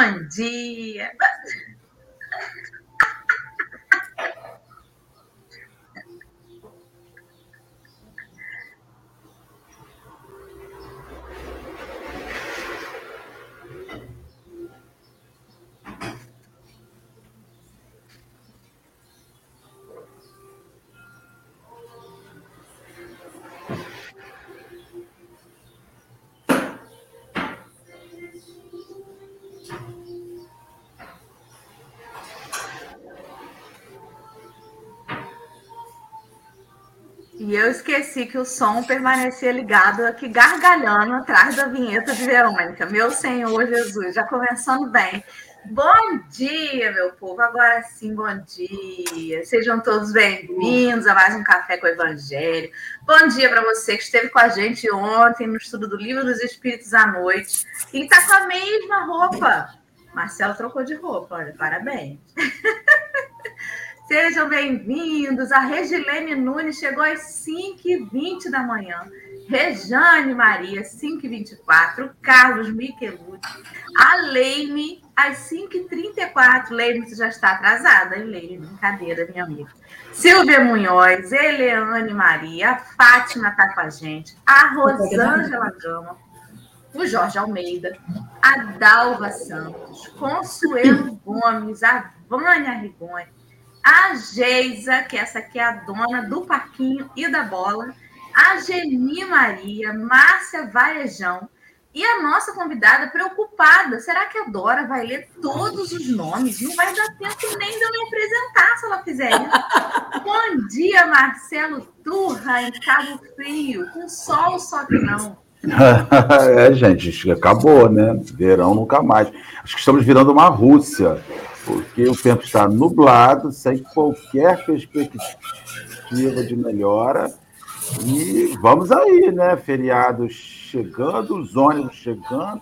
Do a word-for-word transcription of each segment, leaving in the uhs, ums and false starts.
Bom dia! E eu esqueci que o som permanecia ligado aqui, gargalhando atrás da vinheta de Verônica. Meu Senhor Jesus, já começando bem. Bom dia, meu povo. Agora sim, bom dia. Sejam todos bem-vindos a mais um Café com o Evangelho. Bom dia para você que esteve com a gente ontem no estudo do Livro dos Espíritos à noite e está com a mesma roupa. Marcelo trocou de roupa, olha, parabéns. Sejam bem-vindos. A Regilene Nunes chegou às cinco e vinte da manhã. Rejane Maria, cinco e vinte e quatro. Carlos Michelucci. A Leime, às cinco e trinta e quatro. Leime, você já está atrasada, hein, Leime? Brincadeira, minha amiga. Silvia Munhoz, Eleane Maria. A Fátima está com a gente. A Rosângela Gama. O Jorge Almeida. A Dalva Santos. Consuelo Gomes. A Vânia Rigoni. A Geisa, que essa aqui é a dona do parquinho e da bola, a Geni Maria, Márcia Varejão e a nossa convidada preocupada. Será que a Dora vai ler todos os nomes? Não vai dar tempo nem de eu me apresentar se ela fizer isso. Bom dia, Marcelo Turra, em Cabo Frio, com sol só que não. É, gente, acabou, né? Verão nunca mais. Acho que estamos virando uma Rússia, porque o tempo está nublado, sem qualquer perspectiva de melhora. E vamos aí, né? Feriados chegando, os ônibus chegando.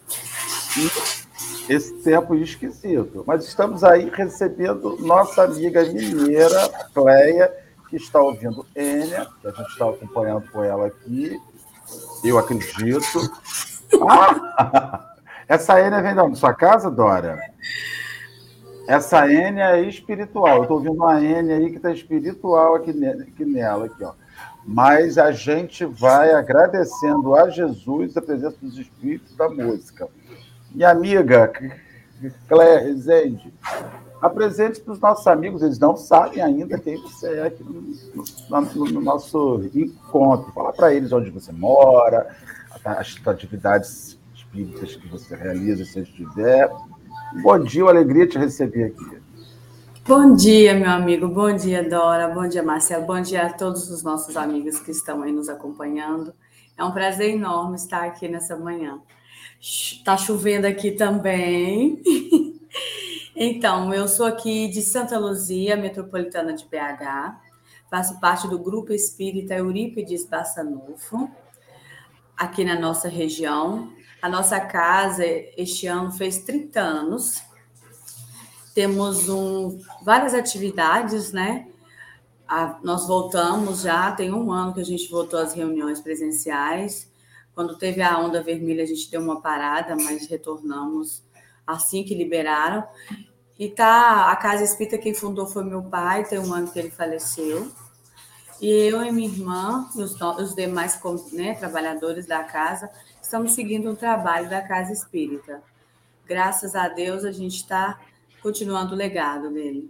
E esse tempo esquisito. Mas estamos aí recebendo nossa amiga mineira, Cleia, que está ouvindo Ênia, que a gente está acompanhando com ela aqui. Eu acredito. Ah, essa Ênia vem da sua casa, Dora? Essa Ênia é espiritual. Eu estou ouvindo uma Ênia aí que está espiritual aqui, aqui nela. Aqui, ó. Mas a gente vai agradecendo a Jesus a presença dos espíritos da música. Minha amiga, Cléia Rezende, apresente para os nossos amigos, eles não sabem ainda quem você é aqui no, no, no nosso encontro. Fala para eles onde você mora, as atividades espíritas que você realiza, se estiver. Bom dia, uma alegria te receber aqui. Bom dia, meu amigo. Bom dia, Dora. Bom dia, Marcelo. Bom dia a todos os nossos amigos que estão aí nos acompanhando. É um prazer enorme estar aqui nessa manhã. Está chovendo aqui também. Então, eu sou aqui de Santa Luzia, metropolitana de B H. Faço parte do Grupo Espírita Eurípides Bassanufo, aqui na nossa região. A nossa casa, este ano, fez trinta anos. Temos um, várias atividades, né? A, nós voltamos já, tem um ano que a gente voltou às reuniões presenciais. Quando teve a onda vermelha, a gente deu uma parada, mas retornamos assim que liberaram. E tá, a Casa Espírita, quem fundou foi meu pai, tem um ano que ele faleceu. E eu e minha irmã, e os, os demais, né, trabalhadores da casa, estamos seguindo o trabalho da Casa Espírita. Graças a Deus, a gente está continuando o legado dele.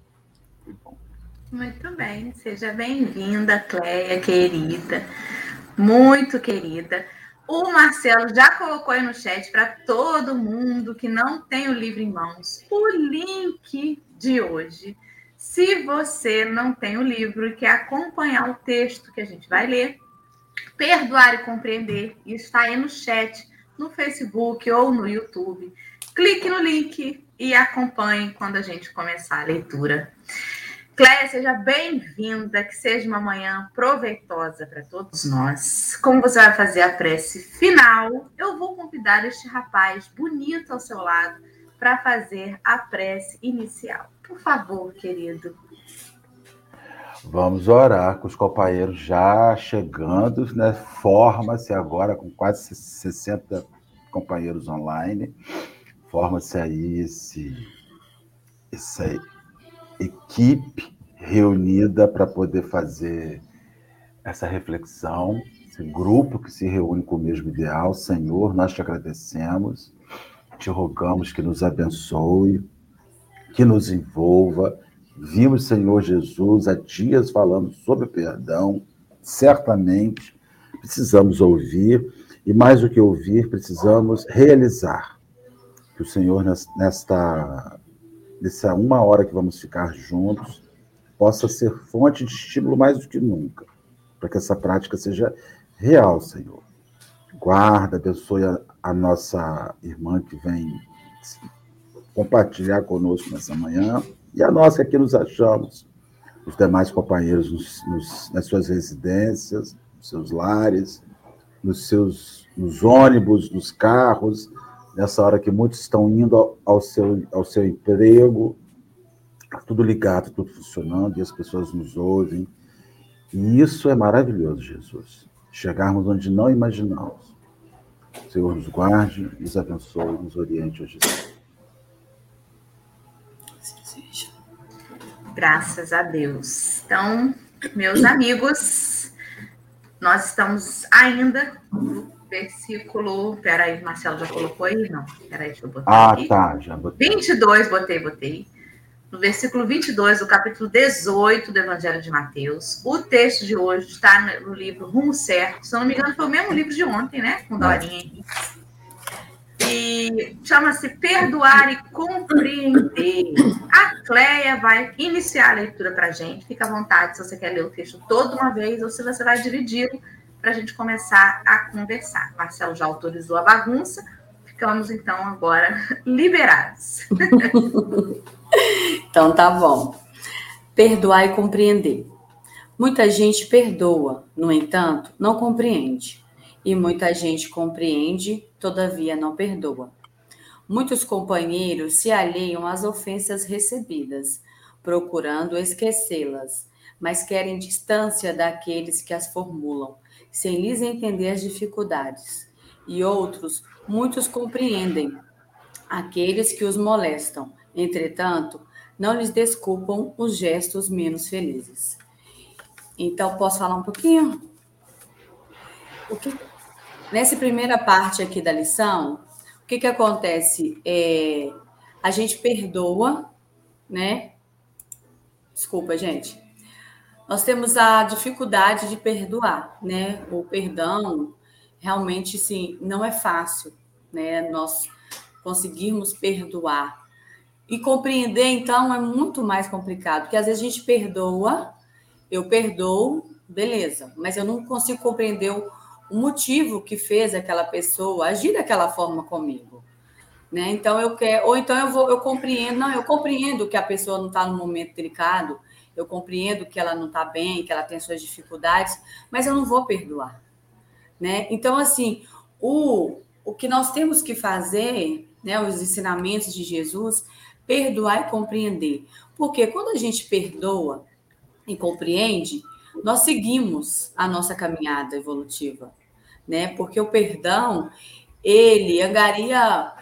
Muito bem, seja bem-vinda, Cléia, querida, muito querida. O Marcelo já colocou aí no chat para todo mundo que não tem o livro em mãos o link de hoje. Se você não tem o livro e quer acompanhar o texto que a gente vai ler, Perdoar e Compreender, está aí no chat, no Facebook ou no YouTube. Clique no link e acompanhe quando a gente começar a leitura. Cléia, seja bem-vinda, que seja uma manhã proveitosa para todos nós. Como você vai fazer a prece final, eu vou convidar este rapaz bonito ao seu lado para fazer a prece inicial. Por favor, querido. Vamos orar com os companheiros já chegando, né? Forma-se agora com quase sessenta companheiros online. forma-se aí esse, essa equipe reunida para poder fazer essa reflexão, esse grupo que se reúne com o mesmo ideal. Senhor, nós te agradecemos, te rogamos que nos abençoe, que nos envolva. Vimos, Senhor Jesus, há dias falando sobre perdão, certamente precisamos ouvir, e mais do que ouvir, precisamos realizar. Que o Senhor, nesta, nessa uma hora que vamos ficar juntos, possa ser fonte de estímulo mais do que nunca, para que essa prática seja real, Senhor. Guarda, abençoe a, a nossa irmã que vem compartilhar conosco nessa manhã, e a nós que aqui nos achamos, os demais companheiros nos, nos, nas suas residências, nos seus lares, nos seus nos ônibus, nos carros, nessa hora que muitos estão indo ao, ao, seu, ao seu emprego, tudo ligado, tudo funcionando, e as pessoas nos ouvem. E isso é maravilhoso, Jesus. Chegarmos onde não imaginamos. O Senhor nos guarde, nos abençoe, nos oriente hoje. Graças a Deus. Então, meus amigos, nós estamos ainda no versículo... Peraí, Marcelo já colocou aí? Não, peraí, deixa eu botar ah, aqui. Ah, tá, já botei. vinte e dois, botei, botei. No versículo vinte e dois, do capítulo dezoito do Evangelho de Mateus. O texto de hoje está no livro Rumo Certo. Se eu não me engano, foi o mesmo livro de ontem, né? Com Dorinha Henrique. E chama-se Perdoar e Compreender. A Cleia vai iniciar a leitura para a gente. Fica à vontade se você quer ler o texto todo uma vez ou se você vai dividi-lo para a gente começar a conversar. Marcelo já autorizou a bagunça. Ficamos, então, agora liberados. Então, tá bom. Perdoar e compreender. Muita gente perdoa, no entanto, não compreende. E muita gente compreende, todavia não perdoa. Muitos companheiros se alheiam às ofensas recebidas, procurando esquecê-las, mas querem distância daqueles que as formulam, sem lhes entender as dificuldades. E outros, muitos compreendem aqueles que os molestam, entretanto, não lhes desculpam os gestos menos felizes. Então, posso falar um pouquinho? O que... Nessa primeira parte aqui da lição, o que, que acontece? É, a gente perdoa, né? Desculpa, gente. Nós temos a dificuldade de perdoar, né? O perdão, realmente, sim, não é fácil, né? Nós conseguirmos perdoar. E compreender, então, é muito mais complicado, porque às vezes a gente perdoa, eu perdoo, beleza, mas eu não consigo compreender o, o motivo que fez aquela pessoa agir daquela forma comigo, né? Então eu quero, ou então eu vou, eu compreendo, não, eu compreendo que a pessoa não está num momento delicado, eu compreendo que ela não está bem, que ela tem suas dificuldades, mas eu não vou perdoar, né? Então, assim, o, o que nós temos que fazer, né, os ensinamentos de Jesus, perdoar e compreender. Porque quando a gente perdoa e compreende, nós seguimos a nossa caminhada evolutiva, né? Porque o perdão, ele angaria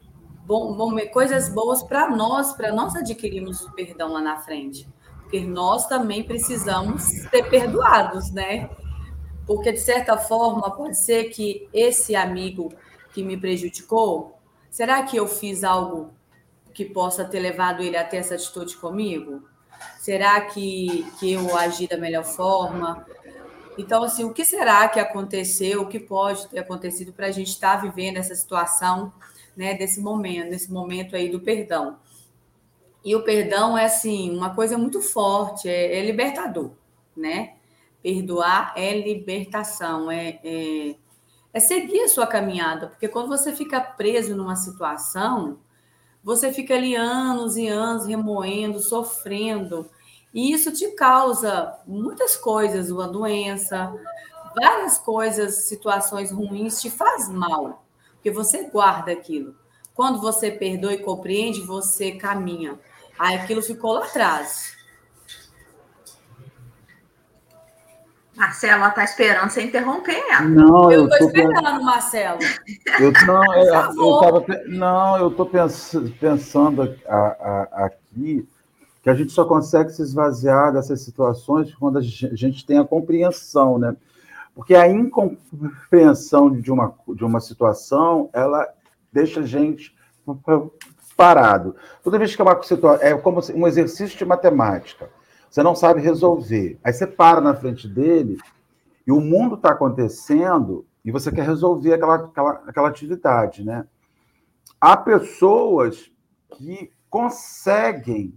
bom, bom, coisas boas para nós, para nós adquirirmos o perdão lá na frente. Porque nós também precisamos ser perdoados, né? Porque, de certa forma, pode ser que esse amigo que me prejudicou, será que eu fiz algo que possa ter levado ele a ter essa atitude comigo? Será que, que eu agi da melhor forma? Então, assim, o que será que aconteceu, o que pode ter acontecido para a gente estar vivendo essa situação, né, desse momento, nesse momento aí do perdão? E o perdão é, assim, uma coisa muito forte, é, é libertador, né? Perdoar é libertação, é, é, é seguir a sua caminhada, porque quando você fica preso numa situação, você fica ali anos e anos remoendo, sofrendo, e isso te causa muitas coisas, uma doença, várias coisas, situações ruins, te faz mal, porque você guarda aquilo. Quando você perdoa e compreende, você caminha. Aí aquilo ficou lá atrás. Marcelo está esperando você interromper ela. Não, eu estou esperando, pens... Marcelo. Eu, não, eu, eu tava, não, eu estou pens... pensando a, a, aqui que a gente só consegue se esvaziar dessas situações quando a gente tem a compreensão, né? Porque a incompreensão de uma, de uma situação, ela deixa a gente parado. Toda vez que é uma situação, é como um exercício de matemática. Você não sabe resolver. Aí você para na frente dele e o mundo está acontecendo e você quer resolver aquela, aquela, aquela atividade, né? Há pessoas que conseguem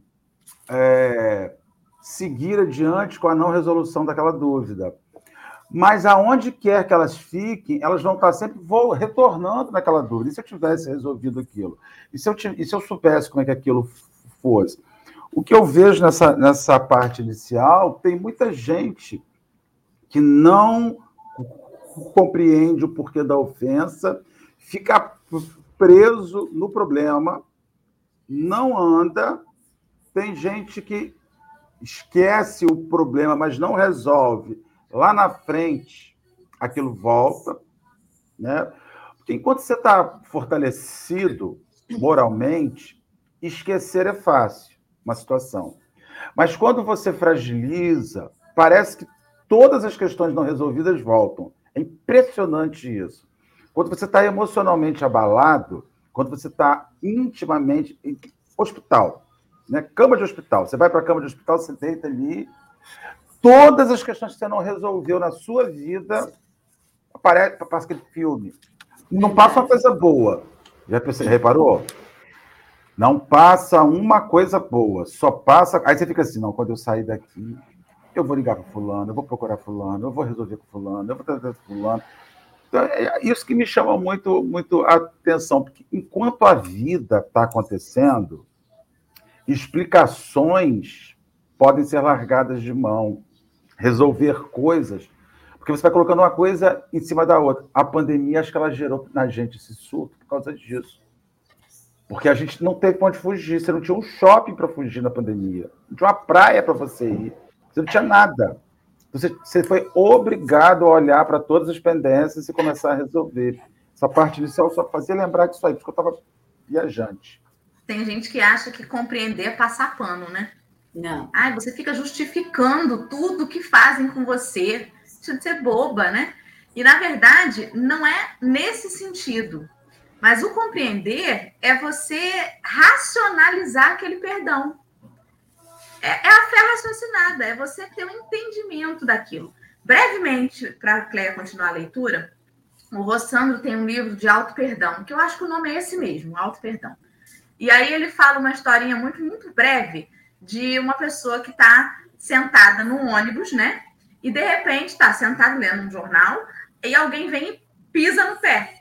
é, seguir adiante com a não resolução daquela dúvida. Mas aonde quer que elas fiquem, elas vão estar sempre vou, retornando naquela dúvida. E se eu tivesse resolvido aquilo? E se eu, e se eu soubesse como é que aquilo fosse? O que eu vejo nessa, nessa parte inicial, tem muita gente que não compreende o porquê da ofensa, fica preso no problema, não anda. Tem gente que esquece o problema, mas não resolve. Lá na frente, aquilo volta, né? Porque enquanto você está fortalecido moralmente, esquecer é fácil, uma situação. Mas quando você fragiliza, parece que todas as questões não resolvidas voltam. É impressionante isso. Quando você está emocionalmente abalado, quando você está intimamente... Hospital, né? Cama de hospital. Você vai para a cama de hospital, você deita ali, todas as questões que você não resolveu na sua vida, aparece, passa aquele filme. Não passa uma coisa boa. Já reparou? Não passa uma coisa boa, só passa... Aí você fica assim, não, quando eu sair daqui, eu vou ligar para fulano, eu vou procurar fulano, eu vou resolver com fulano, eu vou trazer com fulano. Então, é isso que me chama muito, muito a atenção, porque enquanto a vida está acontecendo, explicações podem ser largadas de mão, resolver coisas, porque você vai colocando uma coisa em cima da outra. A pandemia, acho que ela gerou na gente esse surto por causa disso. Porque a gente não teve para onde fugir. Você não tinha um shopping para fugir na pandemia. Não tinha uma praia para você ir. Você não tinha nada. Você, você foi obrigado a olhar para todas as pendências e começar a resolver. Essa parte inicial só fazia lembrar disso aí, porque eu estava viajante. Tem gente que acha que compreender é passar pano, né? Não. Ai, você fica justificando tudo que fazem com você. Deixa de ser boba, né? E, na verdade, não é nesse sentido. Mas o compreender é você racionalizar aquele perdão. É, é a fé raciocinada, é você ter um entendimento daquilo. Brevemente, para a Cléia continuar a leitura, o Rossandro tem um livro de auto-perdão, que eu acho que o nome é esse mesmo, auto-perdão. E aí ele fala uma historinha muito, muito breve de uma pessoa que está sentada no ônibus, né? E, de repente, está sentado lendo um jornal e alguém vem e pisa no pé.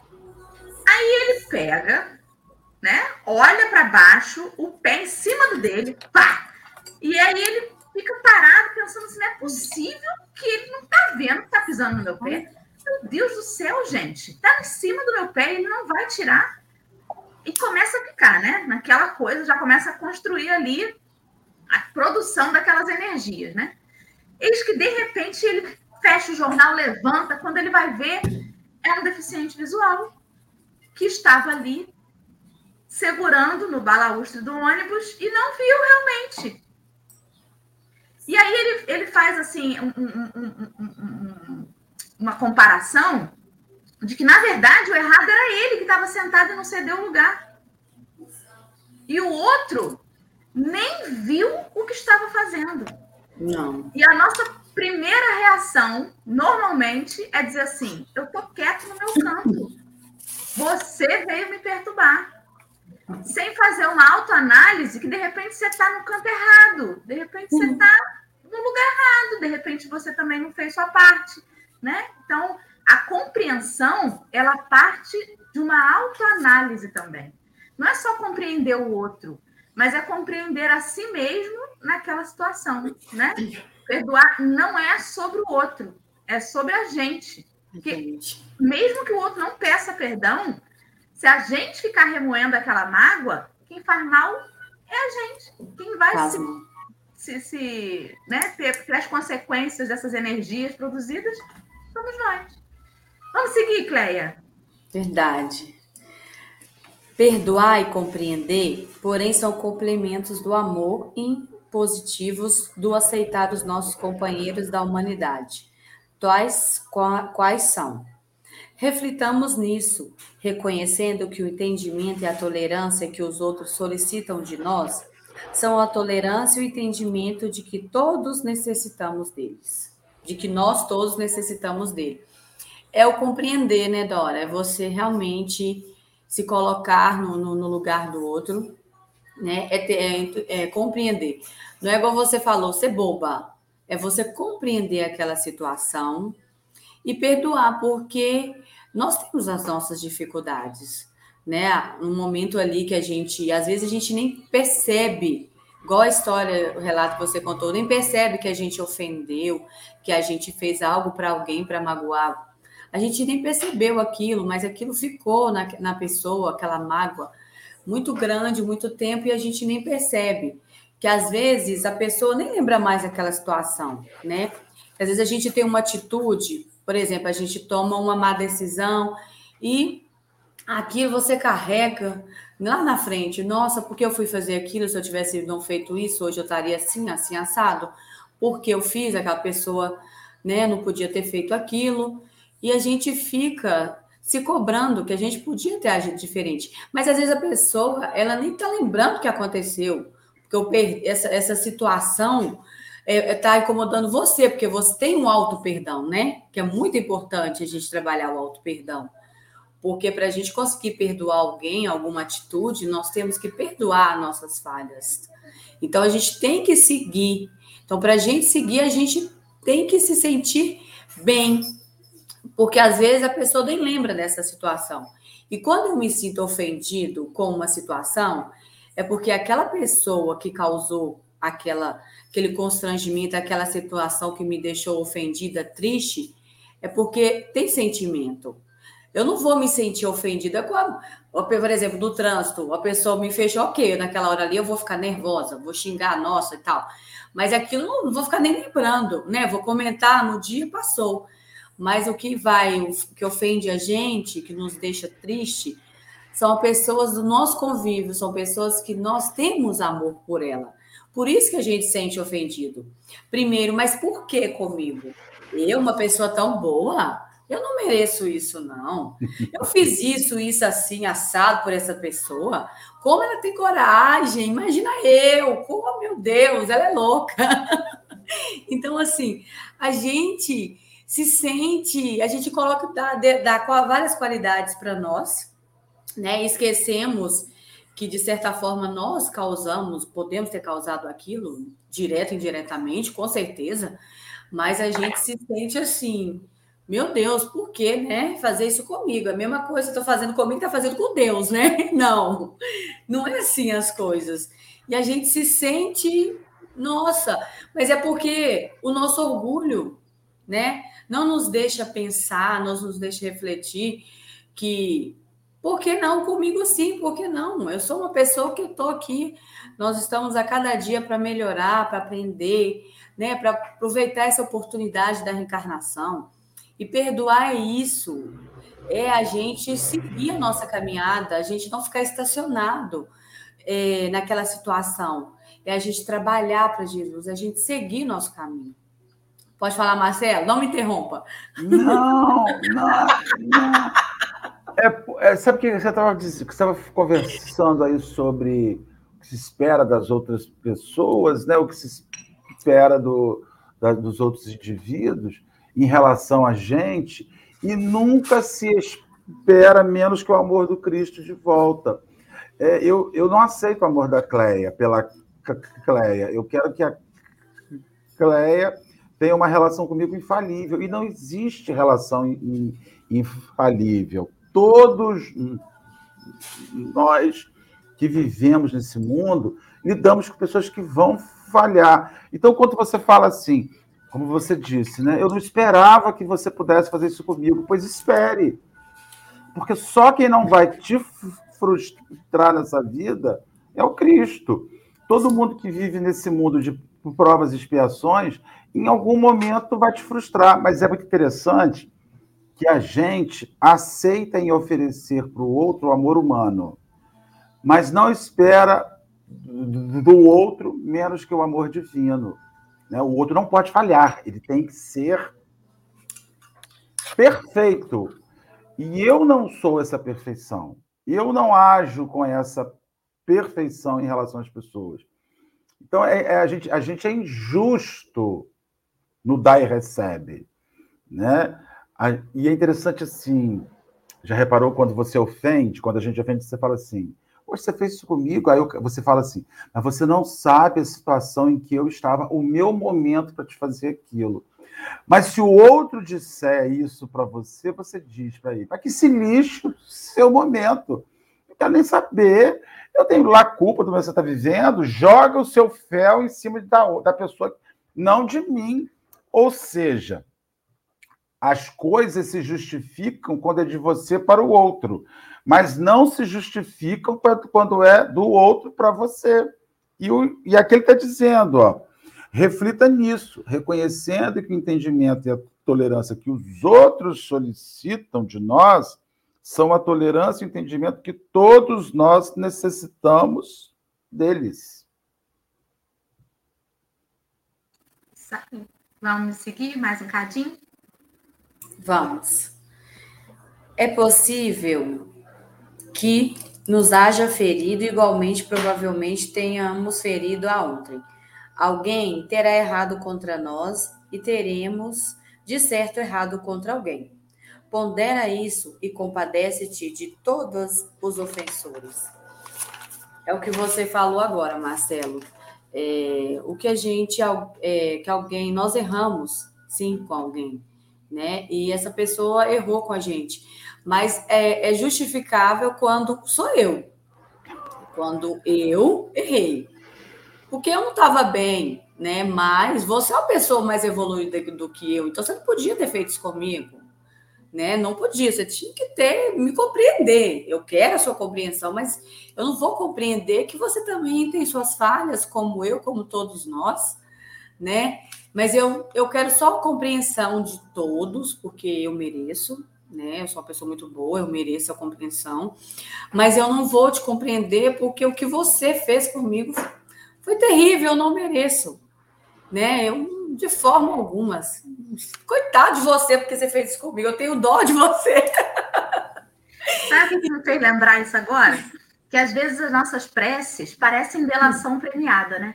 Aí ele pega, né? Olha para baixo, o pé em cima do dele, pá! E aí ele fica parado pensando assim, não é possível que ele não está vendo que está pisando no meu pé. Meu Deus do céu, gente, está em cima do meu pé e ele não vai tirar. E começa a ficar, né? Naquela coisa, já começa a construir ali a produção daquelas energias, né? Eis que, de repente, ele fecha o jornal, levanta, quando ele vai ver, é um deficiente visual que estava ali segurando no balaústre do ônibus e não viu realmente. E aí ele, ele faz, assim, um, um, um, um, uma comparação de que, na verdade, o errado era ele que estava sentado e não cedeu o lugar. E o outro nem viu o que estava fazendo. Não. E a nossa primeira reação, normalmente, é dizer assim, eu tô quieto no meu canto. Você veio me perturbar. Sem fazer uma autoanálise que, de repente, você está no canto errado. De repente, você está no lugar errado. De repente, você também não fez sua parte, né? Então, a compreensão, ela parte de uma autoanálise também. Não é só compreender o outro, mas é compreender a si mesmo naquela situação, né? Perdoar não é sobre o outro, é sobre a gente. Porque mesmo que o outro não peça perdão, se a gente ficar remoendo aquela mágoa, quem faz mal é a gente. Quem vai se, se, se né, ter, ter as consequências dessas energias produzidas somos nós. Vamos seguir, Cleia? Verdade. Perdoar e compreender, porém, são complementos do amor impositivos do aceitar dos nossos companheiros da humanidade. Tais quais são. Reflitamos nisso, reconhecendo que o entendimento e a tolerância que os outros solicitam de nós são a tolerância e o entendimento de que todos necessitamos deles, de que nós todos necessitamos dele. É o compreender, né, Dora? É você realmente se colocar no, no, no lugar do outro, né? É, ter, é, é compreender. Não é igual você falou, ser boba. É você compreender aquela situação e perdoar, porque nós temos as nossas dificuldades, né? Um momento ali que a gente, às vezes a gente nem percebe, igual a história, o relato que você contou, nem percebe que a gente ofendeu, que a gente fez algo para alguém para magoar. A gente nem percebeu aquilo, mas aquilo ficou na, na pessoa, aquela mágoa muito grande, muito tempo, e a gente nem percebe. Que às vezes a pessoa nem lembra mais daquela situação, né? Às vezes a gente tem uma atitude, por exemplo, a gente toma uma má decisão e aquilo você carrega lá na frente. Nossa, por que eu fui fazer aquilo? Se eu tivesse não feito isso, hoje eu estaria assim, assim, assado. Porque eu fiz, aquela pessoa, né, não podia ter feito aquilo. E a gente fica se cobrando que a gente podia ter agido diferente. Mas às vezes a pessoa, ela nem está lembrando o que aconteceu. Porque eu perdi, essa, essa situação está é, é, incomodando você, porque você tem um auto-perdão, né? Que é muito importante a gente trabalhar o auto-perdão. Porque para a gente conseguir perdoar alguém, alguma atitude, nós temos que perdoar nossas falhas. Então, a gente tem que seguir. Então, para a gente seguir, a gente tem que se sentir bem. Porque, às vezes, a pessoa nem lembra dessa situação. E quando eu me sinto ofendido com uma situação, é porque aquela pessoa que causou aquela, aquele constrangimento, aquela situação que me deixou ofendida, triste, é porque tem sentimento. Eu não vou me sentir ofendida com a, por exemplo, no trânsito, a pessoa me fez ok, naquela hora ali eu vou ficar nervosa, vou xingar, nossa e tal. Mas aquilo não, não vou ficar nem lembrando, né? Vou comentar, no dia passou. Mas o que vai, o que ofende a gente, que nos deixa triste, são pessoas do nosso convívio, são pessoas que nós temos amor por ela. Por isso que a gente se sente ofendido. Primeiro, mas por que comigo? Eu, uma pessoa tão boa, eu não mereço isso, não. Eu fiz isso, isso assim, assado por essa pessoa. Como ela tem coragem? Imagina eu. Como, meu Deus, ela é louca. Então, assim, a gente se sente, a gente coloca, dá, dá várias qualidades para nós, né? Esquecemos que, de certa forma, nós causamos, podemos ter causado aquilo, direto e indiretamente, com certeza, mas a gente se sente assim, meu Deus, por que, né, fazer isso comigo? A mesma coisa que eu estou fazendo comigo, está fazendo com Deus, né? Não, não é assim as coisas. E a gente se sente, nossa, mas é porque o nosso orgulho, né, não nos deixa pensar, não nos deixa refletir que por que não comigo sim? Por que não? Eu sou uma pessoa que estou aqui. Nós estamos a cada dia para melhorar, para aprender, né? Para aproveitar essa oportunidade da reencarnação. E perdoar é isso. É a gente seguir a nossa caminhada, a gente não ficar estacionado é, naquela situação. É a gente trabalhar para Jesus, a gente seguir nosso caminho. Pode falar, Marcelo? Não me interrompa. Não, não, não. É, é, sabe que você estava conversando aí sobre o que se espera das outras pessoas, né? O que se espera do, da, dos outros indivíduos em relação a gente, e nunca se espera menos que o amor do Cristo de volta. É, eu, eu não aceito o amor da Cleia pela Cleia. Eu quero que a Cleia tenha uma relação comigo infalível, e não existe relação infalível. Todos nós que vivemos nesse mundo lidamos com pessoas que vão falhar. Então, quando você fala assim, como você disse, né? Eu não esperava que você pudesse fazer isso comigo. Pois espere. Porque só quem não vai te frustrar nessa vida é o Cristo. Todo mundo que vive nesse mundo de por provas e expiações, em algum momento vai te frustrar. Mas é muito interessante que a gente aceita em oferecer para o outro o amor humano, mas não espera do outro menos que o amor divino. Né? O outro não pode falhar, ele tem que ser perfeito. E eu não sou essa perfeição. Eu não ajo com essa perfeição em relação às pessoas. Então, é, é, a, gente, a gente é injusto no dar e recebe. Né? A, e é interessante assim, já reparou quando você ofende, quando a gente ofende, você fala assim, poxa, você fez isso comigo? Aí eu, você fala assim, mas você não sabe a situação em que eu estava, o meu momento para te fazer aquilo. Mas se o outro disser isso para você, você diz para ele, mas que se lixe o seu momento. Não quero nem saber. Eu tenho lá a culpa do que você está vivendo, joga o seu fel em cima da, da pessoa, não de mim. Ou seja, as coisas se justificam quando é de você para o outro, mas não se justificam quando é do outro para você. E, o, e aqui ele está dizendo, ó, reflita nisso, reconhecendo que o entendimento e a tolerância que os outros solicitam de nós são a tolerância e o entendimento que todos nós necessitamos deles. Vamos seguir mais um cadinho? Vamos. É possível que nos haja ferido, igualmente, provavelmente tenhamos ferido a outrem. Alguém terá errado contra nós e teremos, de certo, errado contra alguém. Pondera isso e compadece-te de todos os ofensores. É o que você falou agora, Marcelo. É, o que a gente, é, que alguém, nós erramos, sim, com alguém, né? E essa pessoa errou com a gente. Mas é, é justificável quando sou eu. Quando eu errei. Porque eu não estava bem, né? Mas você é uma pessoa mais evoluída do que eu, então você não podia ter feito isso comigo, né? Não podia, você tinha que ter, me compreender. Eu quero a sua compreensão, mas eu não vou compreender que você também tem suas falhas, como eu, como todos nós, né? Mas eu, eu quero só a compreensão de todos, porque eu mereço, né? Eu sou uma pessoa muito boa, eu mereço a compreensão, mas eu não vou te compreender porque o que você fez comigo foi terrível, eu não mereço, né? Eu, de forma alguma. Coitado de você, porque você fez isso comigo. Eu tenho dó de você. Sabe o que me fez lembrar isso agora? Que às vezes as nossas preces parecem delação premiada, né?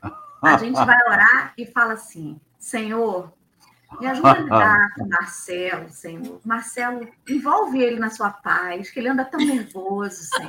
A gente vai orar e fala assim, Senhor, me ajuda a lidar com o Marcelo, Senhor. Marcelo, envolve ele na sua paz, que ele anda tão nervoso, Senhor.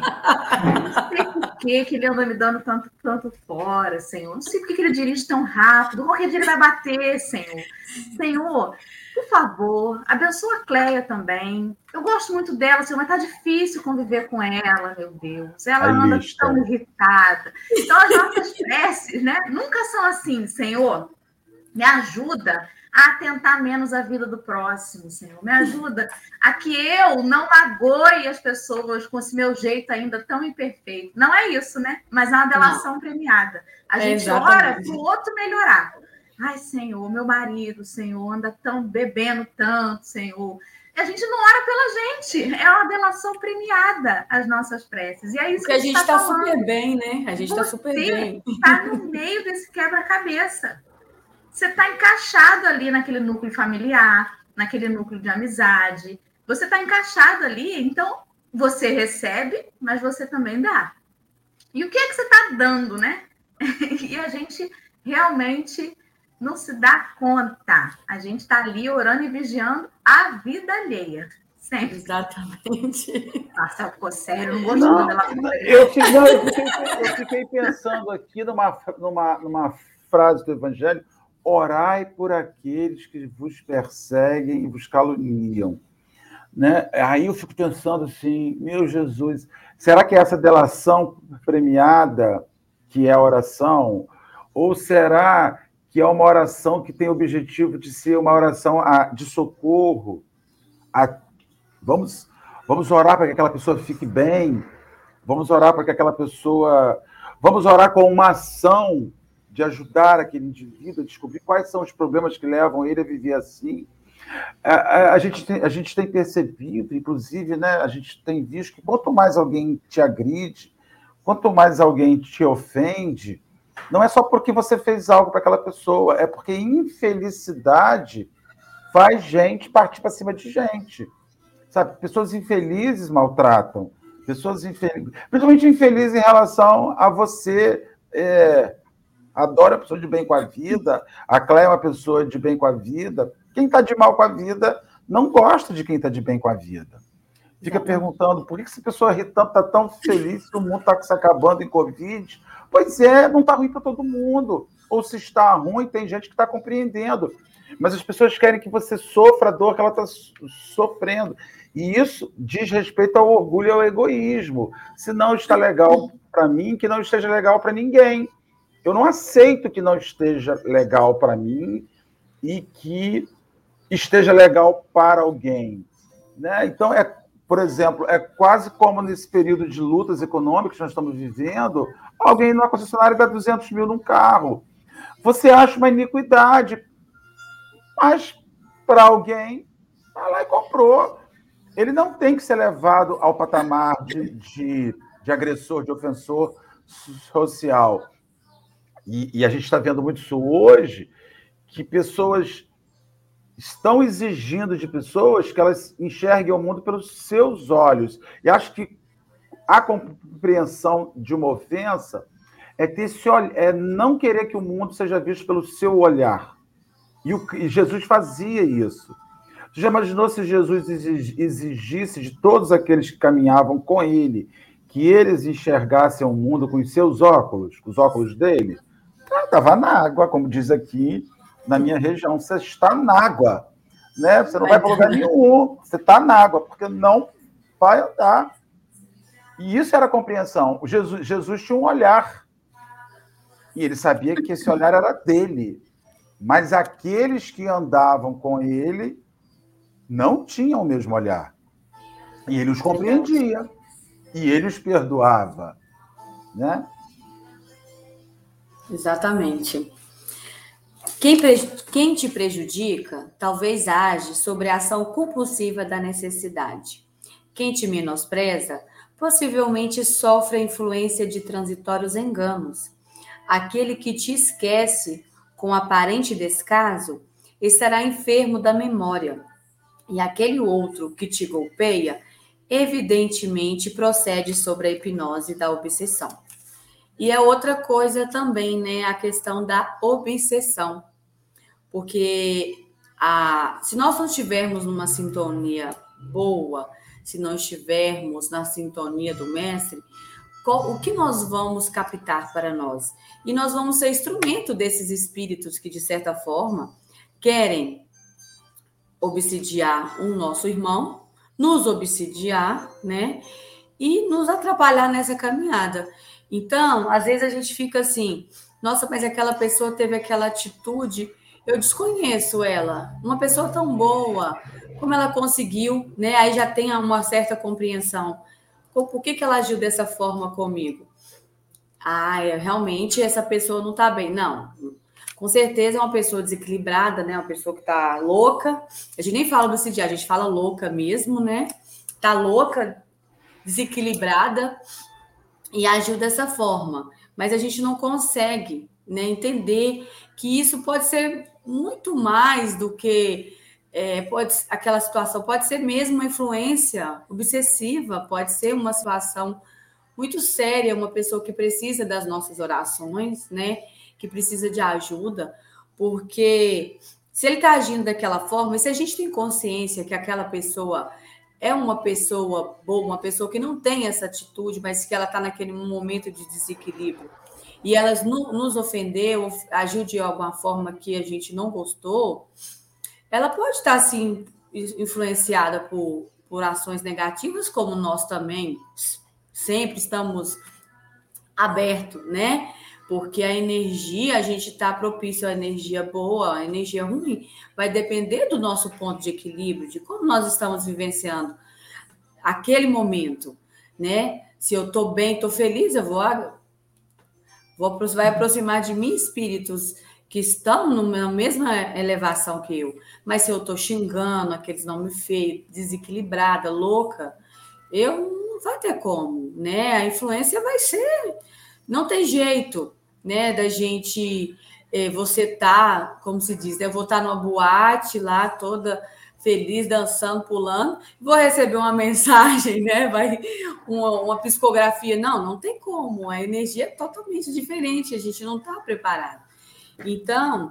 Não sei por que, que ele anda me dando tanto, tanto fora, Senhor. Não sei por que, que ele dirige tão rápido. Qualquer dia ele vai bater, Senhor. Senhor, por favor, abençoa a Cleia também. Eu gosto muito dela, Senhor, mas tá difícil conviver com ela, meu Deus. Ela anda tão irritada. Então, as nossas preces, né, nunca são assim, Senhor, me ajuda a atentar menos à vida do próximo, Senhor. Me ajuda a que eu não magoe as pessoas com esse meu jeito ainda tão imperfeito. Não é isso, né? Mas é uma delação não. premiada. A gente é ora para o outro melhorar. Ai, Senhor, meu marido, Senhor, anda tão bebendo tanto, Senhor. E a gente não ora pela gente. É uma delação premiada, as nossas preces. E é isso Porque que a gente está super bem, né? A gente está super bem. Está no meio desse quebra-cabeça. Você está encaixado ali naquele núcleo familiar, naquele núcleo de amizade. Você está encaixado ali, então você recebe, mas você também dá. E o que é que você está dando, né? E a gente realmente não se dá conta. A gente está ali orando e vigiando a vida alheia. Sempre. Exatamente. Nossa, ficou sério, não gostou dela. Eu, não, eu, fiquei, eu fiquei pensando aqui numa, numa, numa frase do Evangelho: orai por aqueles que vos perseguem e vos caluniam. Né? Aí eu fico pensando assim, meu Jesus, será que é essa delação premiada que é a oração? Ou será que é uma oração que tem o objetivo de ser uma oração de socorro? A... Vamos, vamos orar para que aquela pessoa fique bem, vamos orar para que aquela pessoa... Vamos orar com uma ação de ajudar aquele indivíduo a descobrir quais são os problemas que levam ele a viver assim. A, a, a, gente, tem, a gente tem percebido, inclusive, né, a gente tem visto que quanto mais alguém te agride, quanto mais alguém te ofende, não é só porque você fez algo para aquela pessoa, é porque infelicidade faz gente partir para cima de gente. Sabe? Pessoas infelizes maltratam. Pessoas infelizes, principalmente infelizes em relação a você. É, adora a pessoa de bem com a vida, a Cléia é uma pessoa de bem com a vida. Quem está de mal com a vida não gosta de quem está de bem com a vida. Fica perguntando por que essa pessoa ri tanto, está tão feliz que o mundo está se acabando em Covid. Pois é, não está ruim para todo mundo. Ou se está ruim, tem gente que está compreendendo. Mas as pessoas querem que você sofra a dor que ela está sofrendo. E isso diz respeito ao orgulho e ao egoísmo. Se não está legal para mim, que não esteja legal para ninguém. Eu não aceito que não esteja legal para mim e que esteja legal para alguém. Né? Então, é, por exemplo, é quase como nesse período de lutas econômicas que nós estamos vivendo, alguém numa concessionária dá duzentos mil num carro. Você acha uma iniquidade, mas para alguém, vai lá e comprou. Ele não tem que ser levado ao patamar de, de, de agressor, de ofensor social. E, e a gente está vendo muito isso hoje, que pessoas estão exigindo de pessoas que elas enxerguem o mundo pelos seus olhos. E acho que a compreensão de uma ofensa é, ter esse, é não querer que o mundo seja visto pelo seu olhar. E, o, e Jesus fazia isso. Você já imaginou se Jesus exigisse de todos aqueles que caminhavam com ele que eles enxergassem o mundo com os seus óculos, os óculos dele? Estava na água, como diz aqui na minha região. Você está na água, né? Você não vai para lugar nenhum. Você está na água, porque não vai andar. E isso era a compreensão. O Jesus, Jesus tinha um olhar. E ele sabia que esse olhar era dele. Mas aqueles que andavam com ele não tinham o mesmo olhar. E ele os compreendia. E ele os perdoava. Né? Exatamente. Quem, quem te prejudica, talvez age sobre a ação compulsiva da necessidade. Quem te menospreza, possivelmente sofre a influência de transitórios enganos. Aquele que te esquece com aparente descaso, estará enfermo da memória. E aquele outro que te golpeia, evidentemente procede sobre a hipnose da obsessão. E é outra coisa também, né, a questão da obsessão. Porque a, se nós não estivermos numa sintonia boa, se não estivermos na sintonia do mestre, qual, o que nós vamos captar para nós? E nós vamos ser instrumento desses espíritos que, de certa forma, querem obsidiar o nosso irmão, nos obsidiar, né, e nos atrapalhar nessa caminhada. Então, às vezes a gente fica assim, nossa, mas aquela pessoa teve aquela atitude, eu desconheço ela, uma pessoa tão boa, como ela conseguiu, né? Aí já tem uma certa compreensão. Por que que ela agiu dessa forma comigo? Ah, realmente essa pessoa não está bem. Não, com certeza é uma pessoa desequilibrada, né? Uma pessoa que está louca. A gente nem fala obsidiar, a gente fala louca mesmo, né? Tá louca, desequilibrada, e agiu dessa forma, mas a gente não consegue, né, entender que isso pode ser muito mais do que é, pode, aquela situação, pode ser mesmo uma influência obsessiva, pode ser uma situação muito séria, uma pessoa que precisa das nossas orações, né, que precisa de ajuda, porque se ele está agindo daquela forma, e se a gente tem consciência que aquela pessoa é uma pessoa boa, uma pessoa que não tem essa atitude, mas que ela está naquele momento de desequilíbrio, e ela nos ofendeu, agiu de alguma forma que a gente não gostou, ela pode estar, assim, influenciada por, por ações negativas, como nós também sempre estamos abertos, né? Porque a energia, a gente está propício à energia boa, a energia ruim, vai depender do nosso ponto de equilíbrio, de como nós estamos vivenciando aquele momento, né? Se eu estou bem, estou feliz, eu vou Vou, vai aproximar de mim espíritos que estão na mesma elevação que eu. Mas se eu estou xingando aqueles nomes feios, desequilibrada, louca, eu não vai ter como, né? A influência vai ser... Não tem jeito, né, da gente... Eh, você tá, como se diz, né, eu vou estar numa boate lá, toda feliz, dançando, pulando, vou receber uma mensagem, né? Vai uma, uma psicografia. Não, não tem como. A energia é totalmente diferente, a gente não está preparado. Então,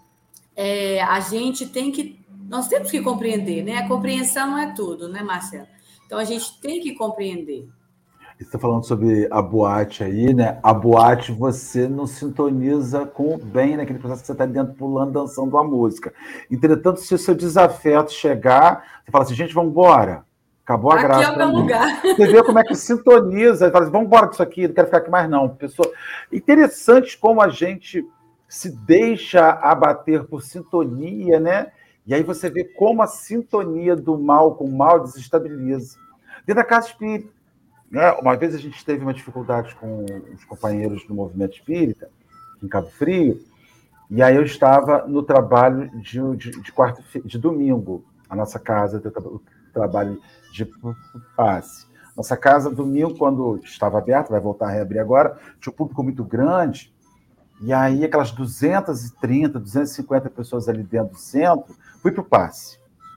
é, a gente tem que... Nós temos que compreender, né? A compreensão não é tudo, né, Marcelo? Então, a gente tem que compreender. Você está falando sobre a boate aí, né? A boate você não sintoniza com o bem naquele processo que você está dentro, pulando, dançando a música. Entretanto, se o seu desafeto chegar, você fala assim, gente, vamos embora. Acabou a Aqui graça. Aqui é o meu mim. lugar. Você vê como é que sintoniza. Você fala assim, vamos embora disso aqui, não quero ficar aqui mais não. Pessoa... Interessante como a gente se deixa abater por sintonia, né? E aí você vê como a sintonia do mal com o mal desestabiliza. Dentro da casa espírita. Uma vez a gente teve uma dificuldade com os companheiros do movimento espírita, em Cabo Frio, e aí eu estava no trabalho de, de, de, quarta, de domingo, a nossa casa, o trabalho de passe. Nossa casa, domingo, quando estava aberta, vai voltar a reabrir agora, tinha um público muito grande, e aí aquelas duzentas e trinta, duzentas e cinquenta pessoas ali dentro do centro, fui para o passe.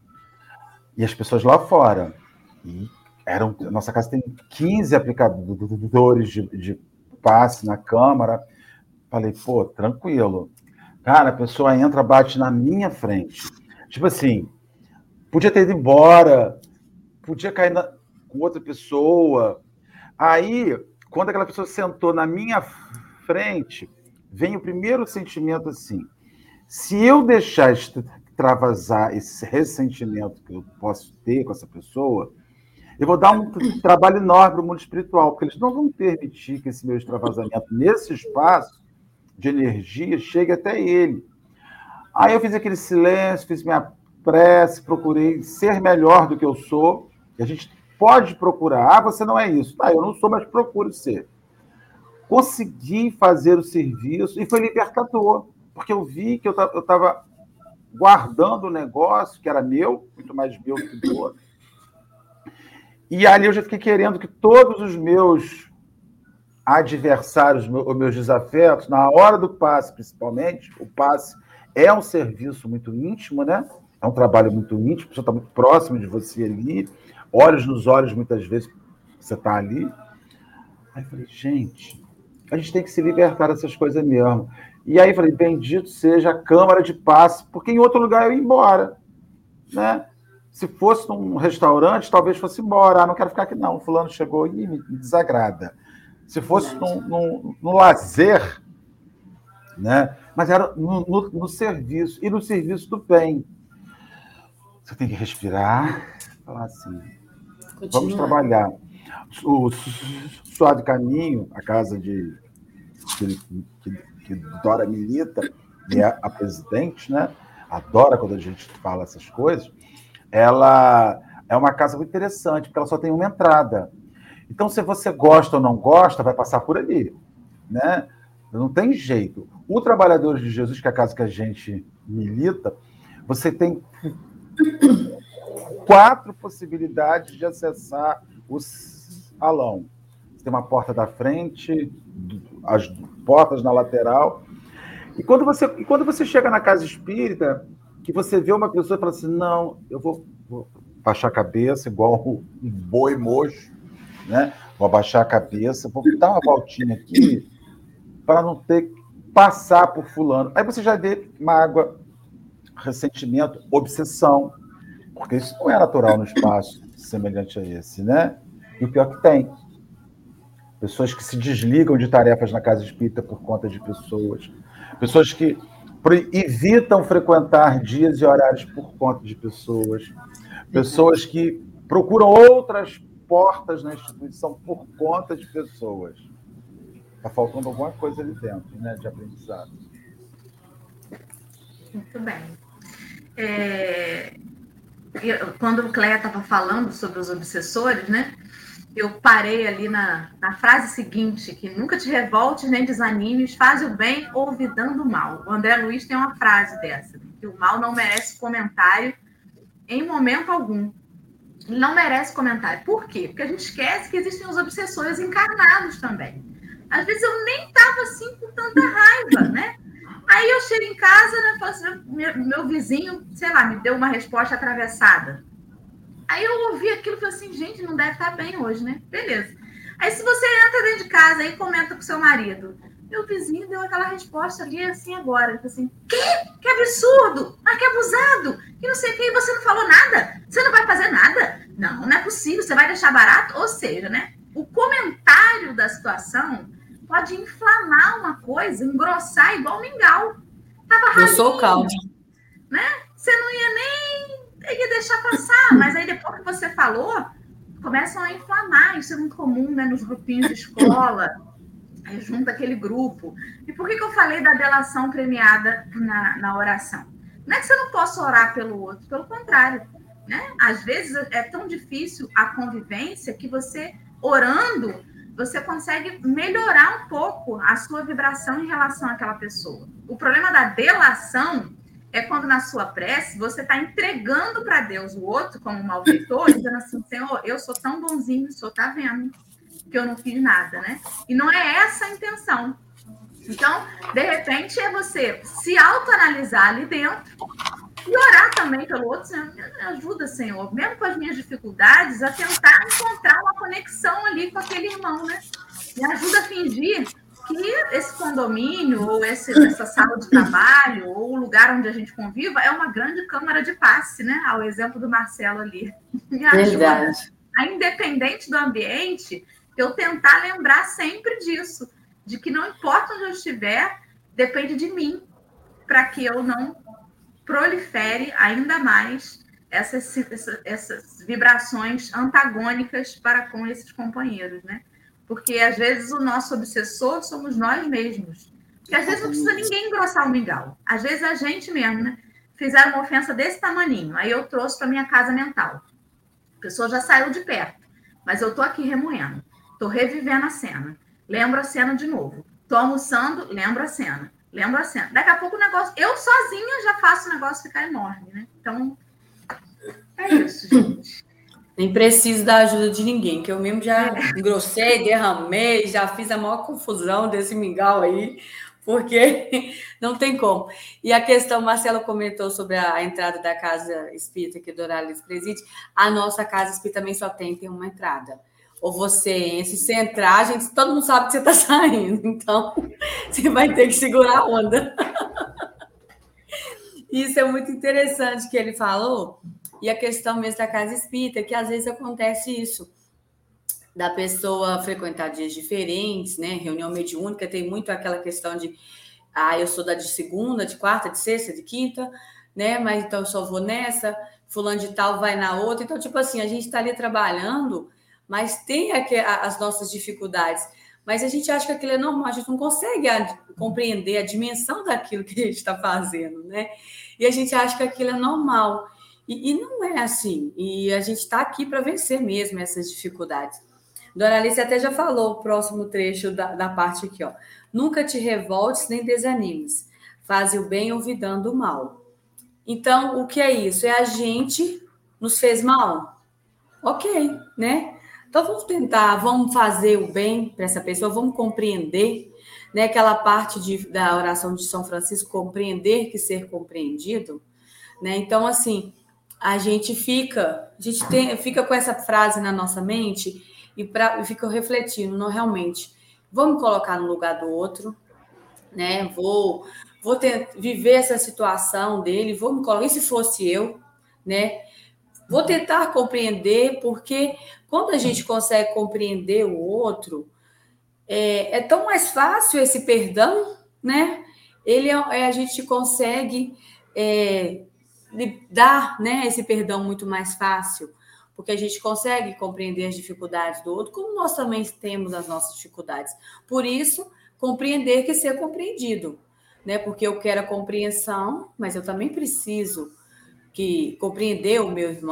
E as pessoas lá fora. E Eram, nossa casa tem quinze aplicadores de, de passe na câmara. Falei, pô, tranquilo. Cara, a pessoa entra, bate na minha frente. Tipo assim, podia ter ido embora, podia cair na, com outra pessoa. Aí, quando aquela pessoa sentou na minha frente, vem o primeiro sentimento assim, se eu deixar extravasar esse ressentimento que eu posso ter com essa pessoa, eu vou dar um trabalho enorme para o mundo espiritual, porque eles não vão permitir que esse meu extravasamento nesse espaço de energia chegue até ele. Aí eu fiz aquele silêncio, fiz minha prece, procurei ser melhor do que eu sou. E a gente pode procurar. Ah, você não é isso. Ah, eu não sou, mas procuro ser. Consegui fazer o serviço e foi libertador, porque eu vi que eu estava guardando o negócio, que era meu, muito mais meu do que do outro. E ali eu já fiquei querendo que todos os meus adversários, os meus desafetos, na hora do passe, principalmente, o passe é um serviço muito íntimo, né? É um trabalho muito íntimo, a pessoa está muito próximo de você ali, olhos nos olhos, muitas vezes você está ali. Aí eu falei, gente, a gente tem que se libertar dessas coisas mesmo. E aí eu falei, bendito seja a câmara de passe, porque em outro lugar eu ia embora, né? Se fosse num restaurante, talvez fosse embora. Ah, não quero ficar aqui, não. O fulano chegou e me desagrada. Se fosse num, num, num lazer, né? Mas era no, no, no serviço, e no serviço do bem. Você tem que respirar, falar assim, Continua. Vamos trabalhar. O Suave Caminho, a casa de que, que, que Dora milita, e é a presidente, né? Adora quando a gente fala essas coisas. Ela é uma casa muito interessante, porque ela só tem uma entrada. Então, se você gosta ou não gosta, vai passar por ali, né? Não tem jeito. O Trabalhadores de Jesus, que é a casa que a gente milita, você tem quatro possibilidades de acessar o salão. Você tem uma porta da frente, as portas na lateral. E quando você, e quando você chega na casa espírita, que você vê uma pessoa e fala assim, não, eu vou, vou baixar a cabeça, igual um boi mocho, né? Vou abaixar a cabeça, vou dar uma voltinha aqui para não ter que passar por fulano. Aí você já vê mágoa, ressentimento, obsessão, porque isso não é natural no espaço semelhante a esse, né? E o pior que tem. Pessoas que se desligam de tarefas na casa espírita por conta de pessoas. Pessoas que evitam frequentar dias e horários por conta de pessoas. Pessoas que procuram outras portas na instituição por conta de pessoas. Está faltando alguma coisa ali dentro, né, de aprendizado. Muito bem. É... Eu, quando o Cléia estava falando sobre os obsessores, né? eu parei ali na, na frase seguinte, que nunca te revoltes nem desanimes, faz o bem ouvidando o mal. O André Luiz tem uma frase dessa, que o mal não merece comentário em momento algum. Ele não merece comentário. Por quê? Porque a gente esquece que existem os obsessores encarnados também. Às vezes eu nem estava assim com tanta raiva, né? Aí eu chego em casa, né, falo assim, meu, meu vizinho, sei lá, me deu uma resposta atravessada. Aí eu ouvi aquilo e falei assim, gente, não deve estar bem hoje, né? Beleza. Aí se você entra dentro de casa e comenta com seu marido, meu vizinho deu aquela resposta ali assim agora. Ele falou assim, que? Que absurdo! Mas que abusado! Que não sei o que, e você não falou nada? Você não vai fazer nada? Não, não é possível, você vai deixar barato? Ou seja, né? O comentário da situação pode inflamar uma coisa, engrossar igual mingau. Tava ralinho, eu sou o caldo. Né? Você não ia nem ia deixar passar, mas aí depois que você falou, começam a inflamar. Isso é muito comum, né, nos grupinhos de escola. Aí junta aquele grupo. E por que, que eu falei da delação premiada na, na oração? Não é que você não possa orar pelo outro, pelo contrário. Né? Às vezes é tão difícil a convivência que você, orando, você consegue melhorar um pouco a sua vibração em relação àquela pessoa. O problema da delação é quando na sua prece você está entregando para Deus o outro como um malfeitor, dizendo assim, Senhor, eu sou tão bonzinho, o Senhor está vendo que eu não fiz nada, né? E não é essa a intenção. Então, de repente, é você se autoanalisar ali dentro e orar também pelo outro, Senhor, me ajuda, Senhor, mesmo com as minhas dificuldades, a tentar encontrar uma conexão ali com aquele irmão, né? Me ajuda a fingir que esse condomínio, ou esse, essa sala de trabalho, ou o lugar onde a gente conviva, é uma grande câmara de passe, né? Ao exemplo do Marcelo ali. Me ajuda, Verdade. a, independente do ambiente, eu tentar lembrar sempre disso, de que não importa onde eu estiver, depende de mim, para que eu não prolifere ainda mais essas, essas, essas vibrações antagônicas para com esses companheiros, né? Porque, às vezes, o nosso obsessor somos nós mesmos. Porque, às vezes, não precisa ninguém engrossar o mingau. Às vezes, a gente mesmo, né? Fizeram uma ofensa desse tamaninho. Aí eu trouxe para minha casa mental. A pessoa já saiu de perto. Mas eu estou aqui remoendo. Estou revivendo a cena. Lembro a cena de novo. Estou almoçando, lembro a cena. Lembro a cena. Daqui a pouco o negócio... Eu sozinha já faço o negócio ficar enorme, né? Então, é isso, gente. Nem preciso da ajuda de ninguém, que eu mesmo já engrossei, derramei, já fiz a maior confusão desse mingau aí, porque não tem como. E a questão, Marcelo comentou sobre a entrada da casa espírita que Doralice preside. A nossa casa espírita também só tem, tem uma entrada. Ou você, se você entrar, a gente, todo mundo sabe que você está saindo, então você vai ter que segurar a onda. Isso é muito interessante que ele falou. E a questão mesmo da casa espírita, que às vezes acontece isso, da pessoa frequentar dias diferentes, né? Reunião mediúnica, tem muito aquela questão de, ah, eu sou da de segunda, de quarta, de sexta, de quinta, né? Mas então eu só vou nessa, fulano de tal vai na outra. Então, tipo assim, a gente está ali trabalhando, mas tem aqui as nossas dificuldades. Mas a gente acha que aquilo é normal, a gente não consegue compreender a dimensão daquilo que a gente está fazendo, né? E a gente acha que aquilo é normal. E, e não é assim. E a gente está aqui para vencer mesmo essas dificuldades. Doralice até já falou o próximo trecho da, da parte aqui, ó. Nunca te revoltes nem desanimes. Faze o bem ouvidando o mal. Então, o que é isso? É a gente nos fez mal? Ok, né? Então, vamos tentar, vamos fazer o bem para essa pessoa, vamos compreender, né? Aquela parte de, da oração de São Francisco, compreender que ser compreendido, né? Então, assim, a gente fica, a gente tem, fica com essa frase na nossa mente e, pra, e fica refletindo, não realmente, vamos colocar no lugar do outro, né? Vou, vou ter, viver essa situação dele, vou me colocar, e se fosse eu, né? Vou tentar compreender, porque quando a gente consegue compreender o outro, é, é tão mais fácil esse perdão, né? Ele é, a gente consegue é, dar, né, esse perdão muito mais fácil, porque a gente consegue compreender as dificuldades do outro, como nós também temos as nossas dificuldades. Por isso, compreender que ser compreendido, né? Porque eu quero a compreensão, mas eu também preciso que compreender o meu irmão,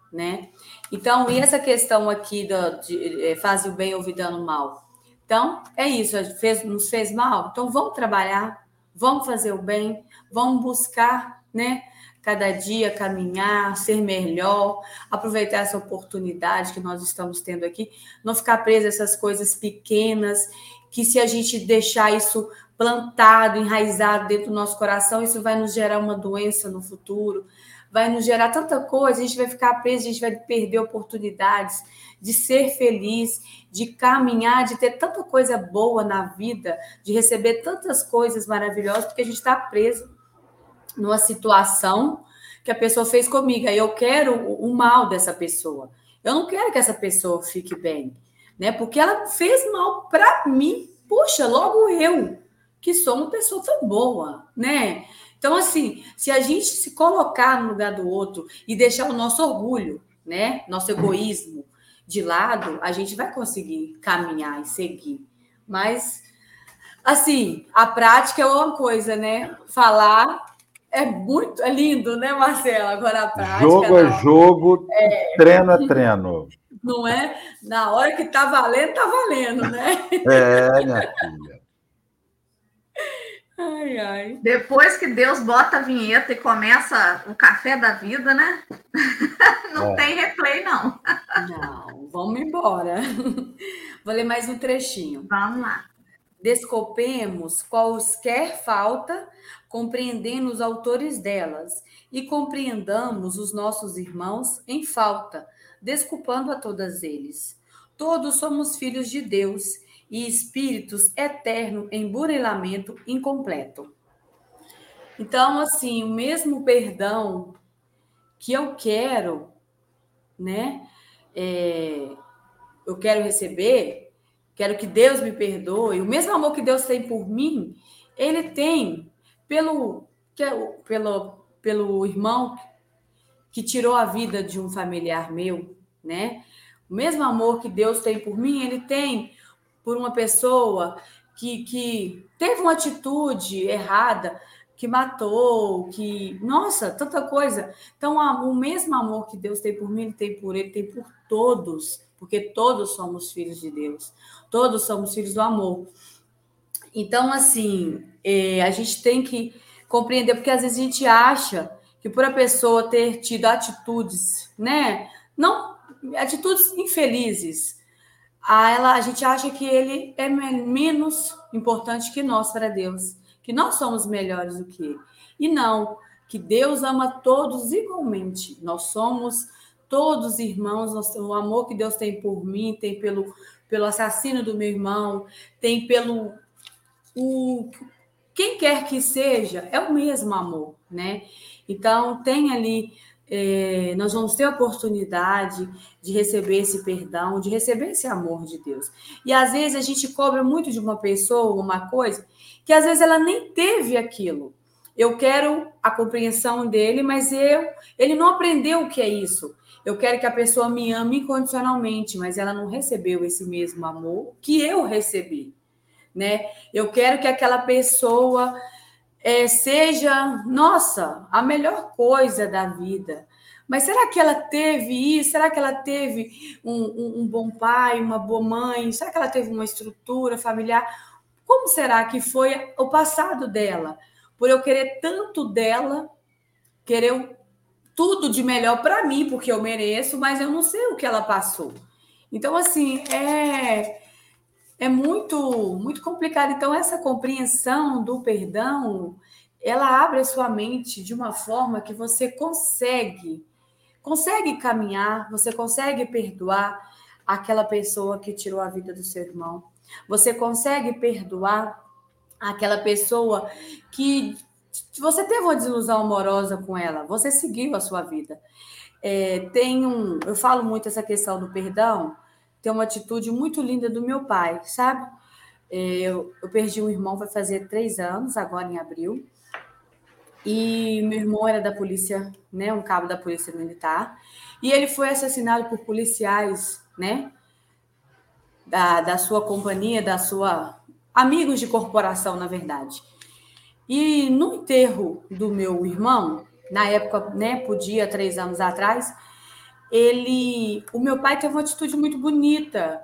né? Então, e essa questão aqui do, de é, fazer o bem ouvidando mal? Então, é isso, fez, nos fez mal? Então, vamos trabalhar, vamos fazer o bem, vamos buscar, né? Cada dia caminhar, ser melhor, aproveitar essa oportunidade que nós estamos tendo aqui, não ficar preso a essas coisas pequenas, que se a gente deixar isso plantado, enraizado dentro do nosso coração, isso vai nos gerar uma doença no futuro, vai nos gerar tanta coisa, a gente vai ficar preso, a gente vai perder oportunidades de ser feliz, de caminhar, de ter tanta coisa boa na vida, de receber tantas coisas maravilhosas, porque a gente está preso numa situação que a pessoa fez comigo. Aí eu quero o mal dessa pessoa. Eu não quero que essa pessoa fique bem, né? Porque ela fez mal para mim. Puxa, logo eu, que sou uma pessoa tão boa, né? Então, assim, se a gente se colocar no lugar do outro e deixar o nosso orgulho, né? Nosso egoísmo de lado, a gente vai conseguir caminhar e seguir. Mas, assim, a prática é uma coisa, né? Falar é muito é lindo, né, Marcelo? Agora a prática... Jogo é jogo, é... treino é treino. Não é? Na hora que tá valendo, tá valendo, né? É, minha filha. Ai, ai. Depois que Deus bota a vinheta e começa o café da vida, né? Não é. Tem replay, não. Não, vamos embora. Vou ler mais um trechinho. Vamos lá. Desculpemos quaisquer falta, compreendendo os autores delas, e compreendamos os nossos irmãos em falta, desculpando a todos eles. Todos somos filhos de Deus e espíritos eternos em burilamento incompleto. Então, assim, o mesmo perdão que eu quero, né? É, eu quero receber, quero que Deus me perdoe. O mesmo amor que Deus tem por mim, Ele tem pelo, pelo, pelo irmão que tirou a vida de um familiar meu, né? O mesmo amor que Deus tem por mim, Ele tem por uma pessoa que, que teve uma atitude errada, que matou, que... Nossa, tanta coisa. Então, o mesmo amor que Deus tem por mim, Ele tem por Ele, tem por todos, porque todos somos filhos de Deus. Todos somos filhos do amor. Então, assim, é, a gente tem que compreender, porque às vezes a gente acha que por a pessoa ter tido atitudes, né? Não, atitudes infelizes, a, ela, a gente acha que ele é menos importante que nós para Deus, que nós somos melhores do que ele. E não, que Deus ama todos igualmente. Nós somos todos irmãos, nós, o amor que Deus tem por mim, tem pelo, pelo assassino do meu irmão, tem pelo... O, quem quer que seja, é o mesmo amor, né? Então, tem ali... É, nós vamos ter a oportunidade de receber esse perdão, de receber esse amor de Deus. E às vezes a gente cobra muito de uma pessoa, uma coisa, que às vezes ela nem teve aquilo. Eu quero a compreensão dele, mas eu, ele não aprendeu o que é isso. Eu quero que a pessoa me ame incondicionalmente, mas ela não recebeu esse mesmo amor que eu recebi, né? Eu quero que aquela pessoa... É, seja, nossa, a melhor coisa da vida. Mas será que ela teve isso? Será que ela teve um, um, um bom pai, uma boa mãe? Será que ela teve uma estrutura familiar? Como será que foi o passado dela? Por eu querer tanto dela, querer tudo de melhor para mim, porque eu mereço, mas eu não sei o que ela passou. Então, assim, é... É muito, muito complicado. Então, essa compreensão do perdão, ela abre a sua mente de uma forma que você consegue, consegue caminhar, você consegue perdoar aquela pessoa que tirou a vida do seu irmão. Você consegue perdoar aquela pessoa que você teve uma desilusão amorosa com ela, você seguiu a sua vida. É, tem um, eu falo muito essa questão do perdão, tem uma atitude muito linda do meu pai, sabe? Eu, eu perdi um irmão, vai fazer três anos, agora em abril. E meu irmão era da polícia, né? Um cabo da polícia militar. E ele foi assassinado por policiais, né? Da, da sua companhia, da sua... Amigos de corporação, na verdade. E no enterro do meu irmão, na época, né? Podia, três anos atrás... ele, o meu pai teve uma atitude muito bonita.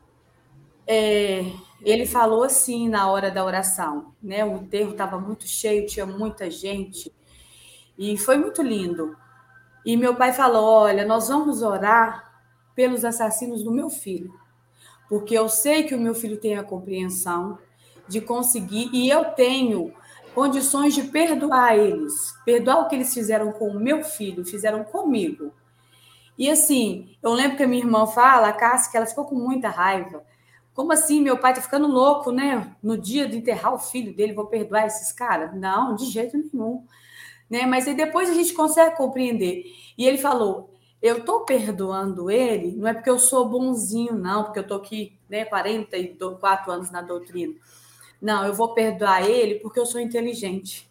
É, ele falou assim na hora da oração, né? O enterro estava muito cheio, tinha muita gente, e foi muito lindo. E meu pai falou: olha, nós vamos orar pelos assassinos do meu filho, porque eu sei que o meu filho tem a compreensão de conseguir, e eu tenho condições de perdoar eles, perdoar o que eles fizeram com o meu filho, fizeram comigo. E assim, eu lembro que a minha irmã fala, a Cássia, que ela ficou com muita raiva. Como assim? Meu pai tá ficando louco, né? No dia de enterrar o filho dele, vou perdoar esses caras? Não, de jeito nenhum. Né? Mas aí depois a gente consegue compreender. E ele falou: eu estou perdoando ele, não é porque eu sou bonzinho, não, porque eu estou aqui, né, quarenta e quatro anos na doutrina. Não, eu vou perdoar ele porque eu sou inteligente.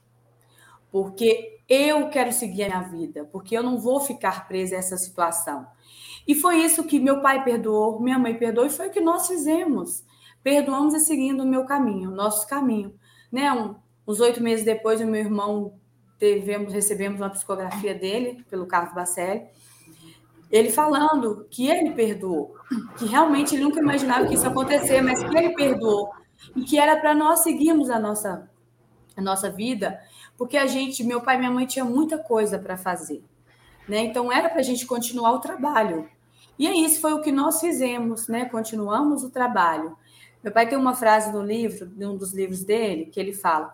Porque eu quero seguir a minha vida, porque eu não vou ficar presa a essa situação. E foi isso que meu pai perdoou, minha mãe perdoou, e foi o que nós fizemos. Perdoamos e seguindo o meu caminho, o nosso caminho. Né? Um, uns oito meses depois, o meu irmão tivemos, recebemos uma psicografia dele, pelo Carlos Bacelli, ele falando que ele perdoou, que realmente ele nunca imaginava que isso ia acontecer, mas que ele perdoou, e que era para nós seguirmos a nossa, a nossa vida, porque a gente, meu pai e minha mãe, tinha muita coisa para fazer. Né? Então, era para a gente continuar o trabalho. E é isso, foi o que nós fizemos, né? Continuamos o trabalho. Meu pai tem uma frase no livro, num dos livros dele, que ele fala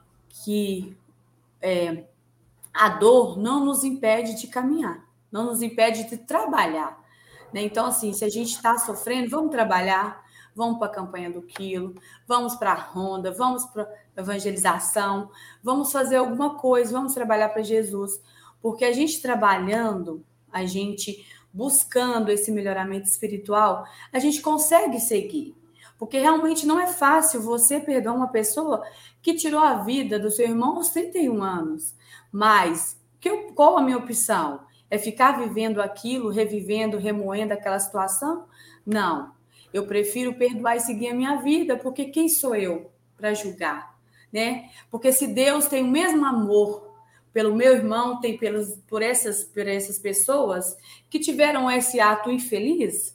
que é, a dor não nos impede de caminhar, não nos impede de trabalhar. Né? Então, assim, se a gente está sofrendo, vamos trabalhar, vamos para a campanha do quilo, vamos para a ronda, vamos para a evangelização, vamos fazer alguma coisa, vamos trabalhar para Jesus. Porque a gente trabalhando, a gente buscando esse melhoramento espiritual, a gente consegue seguir. Porque realmente não é fácil você perdoar uma pessoa que tirou a vida do seu irmão aos trinta e um anos. Mas que eu, qual a minha opção? É ficar vivendo aquilo, revivendo, remoendo aquela situação? Não. Eu prefiro perdoar e seguir a minha vida, porque quem sou eu para julgar? Né? Porque se Deus tem o mesmo amor pelo meu irmão, tem pelos, por, essas, por essas pessoas que tiveram esse ato infeliz,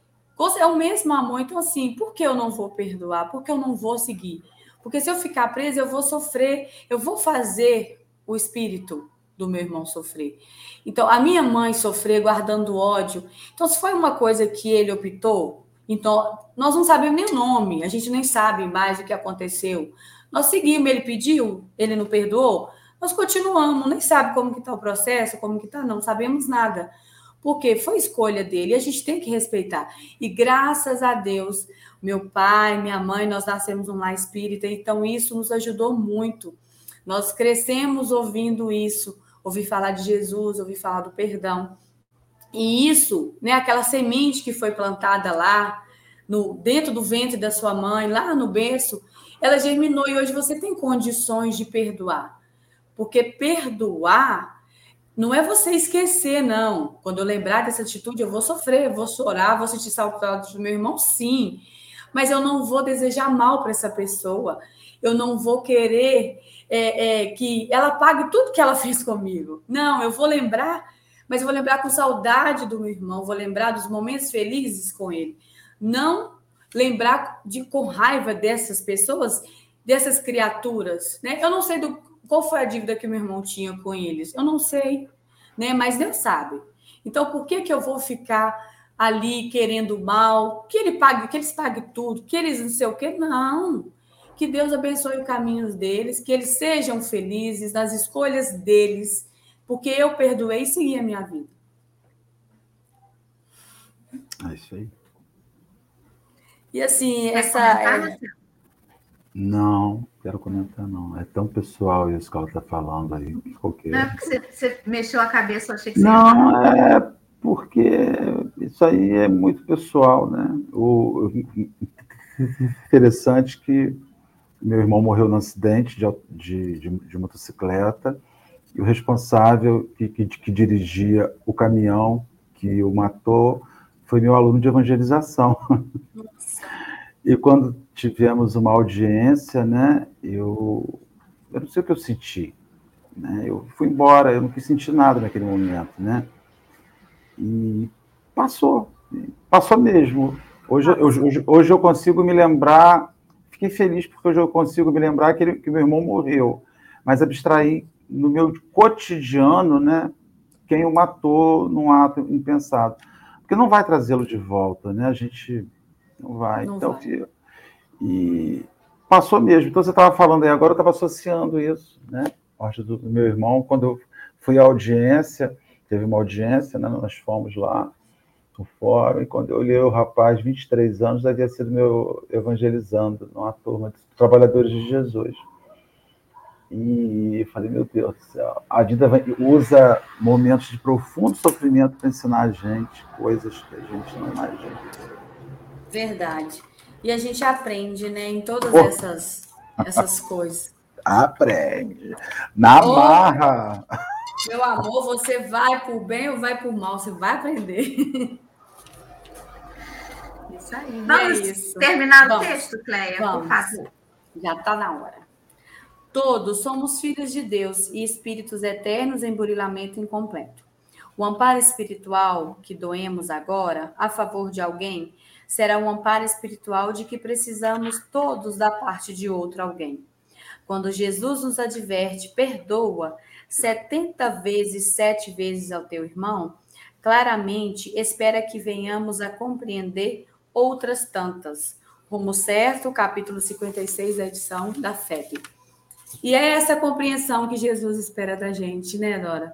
é o mesmo amor. Então, assim, por que eu não vou perdoar? Por que eu não vou seguir? Porque se eu ficar presa, eu vou sofrer, eu vou fazer o espírito do meu irmão sofrer. Então, a minha mãe sofrer guardando ódio. Então, se foi uma coisa que ele optou, então, nós não sabemos nem o nome, a gente nem sabe mais o que aconteceu. Nós seguimos, ele pediu, ele não perdoou, nós continuamos, nem sabe como que está o processo, como que está, não sabemos nada. Porque foi escolha dele e a gente tem que respeitar. E graças a Deus, meu pai, minha mãe, nós nascemos num lar espírita, então isso nos ajudou muito. Nós crescemos ouvindo isso, ouvir falar de Jesus, ouvir falar do perdão. E isso, né, aquela semente que foi plantada lá, no, dentro do ventre da sua mãe, lá no berço, ela germinou e hoje você tem condições de perdoar. Porque perdoar não é você esquecer, não. Quando eu lembrar dessa atitude, eu vou sofrer, eu vou chorar, vou sentir saudade do meu irmão, sim. Mas eu não vou desejar mal para essa pessoa. Eu não vou querer é, é, que ela pague tudo que ela fez comigo. Não, eu vou lembrar, mas eu vou lembrar com saudade do meu irmão, vou lembrar dos momentos felizes com ele. Não lembrar de, com raiva dessas pessoas, dessas criaturas. Né? Eu não sei do qual foi a dívida que meu irmão tinha com eles? Eu não sei, né? Mas Deus sabe. Então, por que que eu vou ficar ali querendo mal? Que ele pague, que eles paguem tudo, que eles não sei o quê? Não. Que Deus abençoe os caminhos deles, que eles sejam felizes nas escolhas deles, porque eu perdoei e segui a minha vida. É isso aí. E assim, Quer essa... comentar, é... Não, quero comentar, não. É tão pessoal isso que ela está falando aí. Qualquer... Não é porque você, você mexeu a cabeça, eu achei que você Não, ia falar. É porque isso aí é muito pessoal, né? O interessante que meu irmão morreu num acidente de, de, de, de motocicleta e o responsável que, que, que dirigia o caminhão que o matou foi meu aluno de evangelização. Nossa. E quando tivemos uma audiência, né, eu, eu não sei o que eu senti, né, eu fui embora, eu não quis sentir nada naquele momento, né, E passou, passou mesmo. Hoje, hoje, hoje eu consigo me lembrar, fiquei feliz porque hoje eu consigo me lembrar que, ele, que meu irmão morreu, mas abstrair no meu cotidiano, né, quem o matou num ato impensado. Porque não vai trazê-lo de volta, né? A gente não vai. Não então, vai. E passou mesmo. Então, você estava falando aí, agora eu estava associando isso, né? A morte do meu irmão, quando eu fui à audiência, teve uma audiência, né? Nós fomos lá no fórum, e quando eu olhei o rapaz, vinte e três anos, havia sido meu evangelizando numa turma de trabalhadores de Jesus. E eu falei, meu Deus do céu, a vida usa momentos de profundo sofrimento para ensinar a gente coisas que a gente não imagina. Verdade. E a gente aprende, né, em todas oh. essas, essas coisas. Aprende. Na oh, marra. Meu amor, você vai por bem ou vai por mal? Você vai aprender. Isso aí, Vamos é isso. terminar Vamos. o texto, Cleia, Vamos. por favor. Já está na hora. Todos somos filhos de Deus e espíritos eternos em burilamento incompleto. O amparo espiritual que doemos agora a favor de alguém será um amparo espiritual de que precisamos todos da parte de outro alguém. Quando Jesus nos adverte, perdoa setenta vezes, sete vezes ao teu irmão, claramente espera que venhamos a compreender outras tantas. Rumo Certo, capítulo cinquenta e seis da edição da F E B. E é essa compreensão que Jesus espera da gente, né, Dora?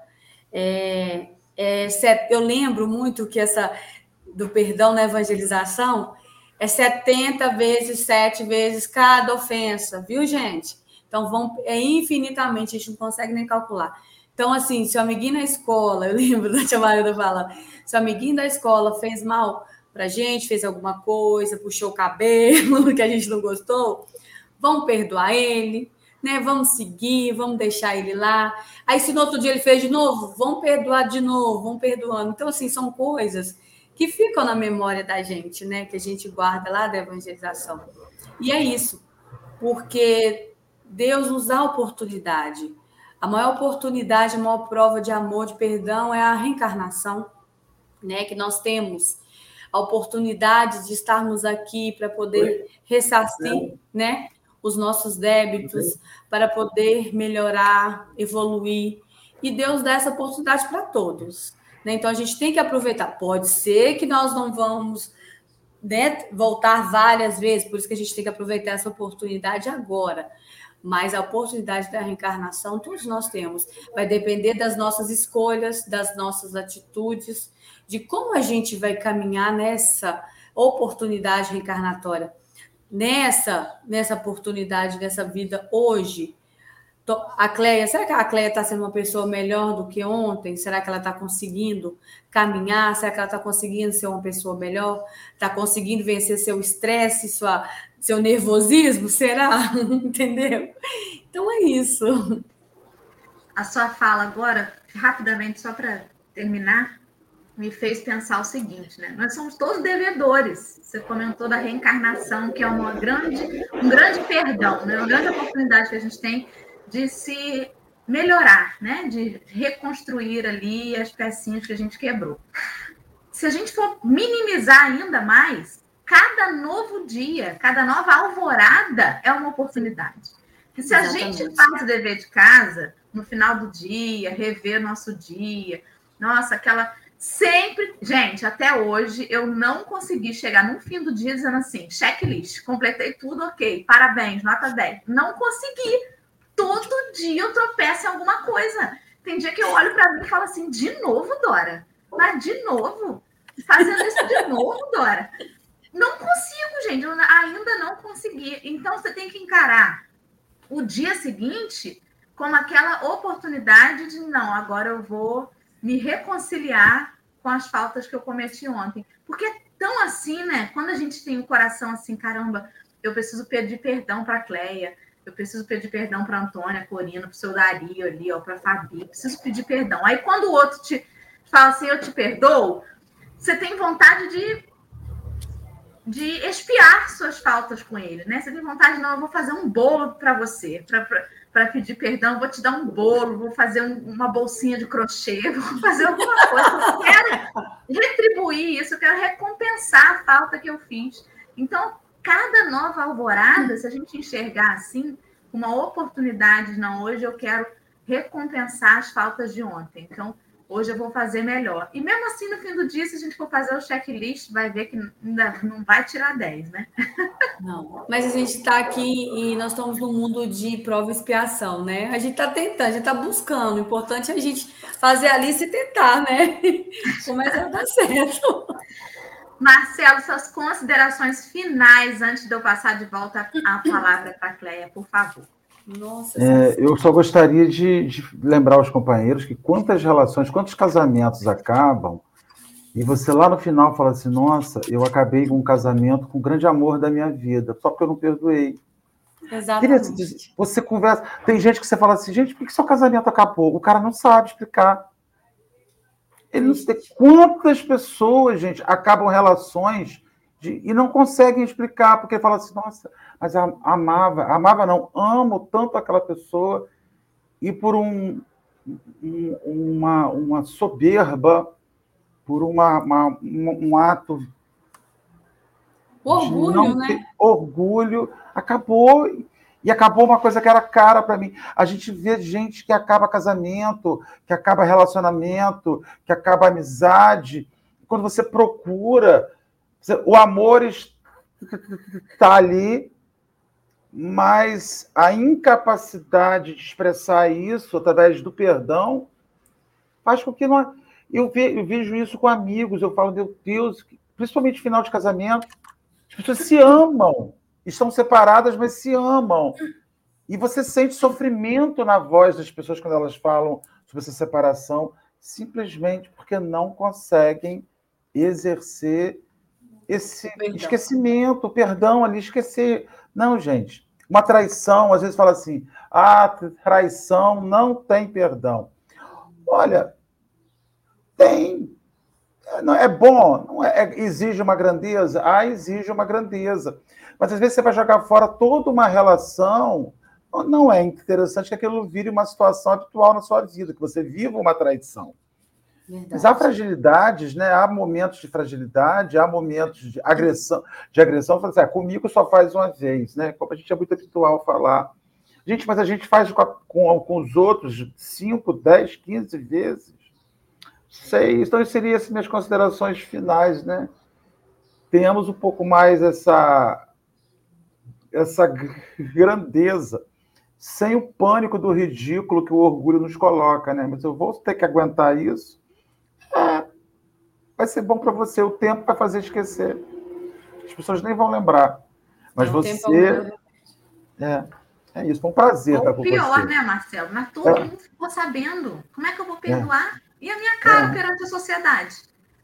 É, é, eu lembro muito que essa do perdão na evangelização é setenta vezes, sete vezes cada ofensa, viu, gente? Então, vão, é infinitamente, a gente não consegue nem calcular. Então, assim, se o amiguinho na escola, eu lembro da tia Maria falando, se o amiguinho da escola fez mal pra gente, fez alguma coisa, puxou o cabelo, que a gente não gostou, vamos perdoar ele, né? Vamos seguir, vamos deixar ele lá. Aí, se no outro dia ele fez de novo, vamos perdoar de novo, vamos perdoando. Então, assim, são coisas que ficam na memória da gente, né? Que a gente guarda lá da evangelização. E é isso, porque Deus nos dá oportunidade. A maior oportunidade, a maior prova de amor, de perdão é a reencarnação, né? Que nós temos a oportunidade de estarmos aqui para poder ressarcir, né? Os nossos débitos, para poder melhorar, evoluir. E Deus dá essa oportunidade para todos. Né? Então, a gente tem que aproveitar. Pode ser que nós não vamos, né, voltar várias vezes, por isso que a gente tem que aproveitar essa oportunidade agora. Mas a oportunidade da reencarnação todos nós temos. Vai depender das nossas escolhas, das nossas atitudes, de como a gente vai caminhar nessa oportunidade reencarnatória. Nessa, nessa oportunidade, nessa vida hoje, a Cleia, será que a Cleia está sendo uma pessoa melhor do que ontem? Será que ela está conseguindo caminhar? Será que ela está conseguindo ser uma pessoa melhor? Está conseguindo vencer seu estresse, sua, seu nervosismo? Será? Entendeu? Então é isso. A sua fala agora, rapidamente, só para terminar, me fez pensar o seguinte, né? Nós somos todos devedores. Você comentou da reencarnação, que é uma grande, um grande perdão, né? Uma grande oportunidade que a gente tem de se melhorar, né? De reconstruir ali as pecinhas que a gente quebrou. Se a gente for minimizar ainda mais, cada novo dia, cada nova alvorada é uma oportunidade. E se Exatamente. A gente faz o dever de casa, no final do dia, rever nosso dia, nossa, aquela... Sempre, gente, até hoje, eu não consegui chegar no fim do dia dizendo assim, checklist, completei tudo, ok, parabéns, nota dez. Não consegui. Todo dia eu tropeço em alguma coisa. Tem dia que eu olho para mim e falo assim, de novo, Dora? Mas de novo? Fazendo isso de novo, Dora? Não consigo, gente, eu ainda não consegui. Então, você tem que encarar o dia seguinte como aquela oportunidade de, não, agora eu vou me reconciliar com as faltas que eu cometi ontem. Porque é tão assim, né? Quando a gente tem o coração assim, caramba, eu preciso pedir perdão para a Cleia, eu preciso pedir perdão para a Antônia, Corina, para o seu Dario ali, para a Fabi, preciso pedir perdão. Aí quando o outro te fala assim, eu te perdoo, você tem vontade de de expiar suas faltas com ele, né? Você tem vontade, não, eu vou fazer um bolo para você, para pedir perdão, vou te dar um bolo, vou fazer um, uma bolsinha de crochê, vou fazer alguma coisa. Eu quero retribuir isso, eu quero recompensar a falta que eu fiz. Então, cada nova alvorada, se a gente enxergar assim, uma oportunidade, não, hoje eu quero recompensar as faltas de ontem. Então, hoje eu vou fazer melhor. E mesmo assim, no fim do dia, se a gente for fazer o checklist, vai ver que ainda não vai tirar dez, né? Não, mas a gente está aqui e nós estamos num mundo de prova e expiação, né? A gente está tentando, a gente está buscando. O importante é a gente fazer a lista e tentar, né? Começa a dar certo. Marcelo, suas considerações finais antes de eu passar de volta a palavra para a Cléia, por favor. Nossa, é, eu só gostaria de, de lembrar aos companheiros que quantas relações, quantos casamentos acabam e você lá no final fala assim, nossa, eu acabei com um casamento com o grande amor da minha vida, só porque eu não perdoei. Exatamente. Você conversa, tem gente que você fala assim, gente, por que seu casamento acabou? O cara não sabe explicar. Ele não sei quantas pessoas, gente, acabam relações de, e não conseguem explicar, porque fala assim, nossa, mas eu amava, amava não, amo tanto aquela pessoa, e por um, um, uma, uma soberba, por uma, uma, um ato o orgulho, de não né? ter orgulho, acabou, e acabou uma coisa que era cara para mim. A gente vê gente que acaba casamento, que acaba relacionamento, que acaba amizade, quando você procura, o amor está ali, mas a incapacidade de expressar isso através do perdão faz com que não... Eu, ve, eu vejo isso com amigos, eu falo, meu Deus, principalmente final de casamento, as pessoas se amam, estão separadas, mas se amam. E você sente sofrimento na voz das pessoas quando elas falam sobre essa separação, simplesmente porque não conseguem exercer esse perdão. esquecimento, perdão ali, esquecer. Não, gente, uma traição, às vezes fala assim, ah, traição não tem perdão. Olha, tem. Não é bom, não é, exige uma grandeza? Ah, exige uma grandeza. Mas às vezes você vai jogar fora toda uma relação, não é interessante que aquilo vire uma situação habitual na sua vida, que você viva uma traição. Verdade. Mas há fragilidades, né? Há momentos de fragilidade, há momentos de agressão, de agressão, assim, ah, comigo só faz uma vez, né? Como a gente é muito habitual falar. Gente, mas a gente faz com, a, com, com os outros cinco, dez, quinze vezes. Sei, então seriam as minhas considerações finais, né? Tenhamos um pouco mais essa, essa grandeza, sem o pânico do ridículo que o orgulho nos coloca, né? Mas eu vou ter que aguentar isso. É, vai ser bom para você, o tempo vai fazer esquecer. As pessoas nem vão lembrar. Mas Não, você... É, é isso, foi um prazer Ou estar com pior, você. né, Marcelo? Mas todo é. mundo ficou sabendo. Como é que eu vou perdoar? É. E a minha cara é. perante a sociedade?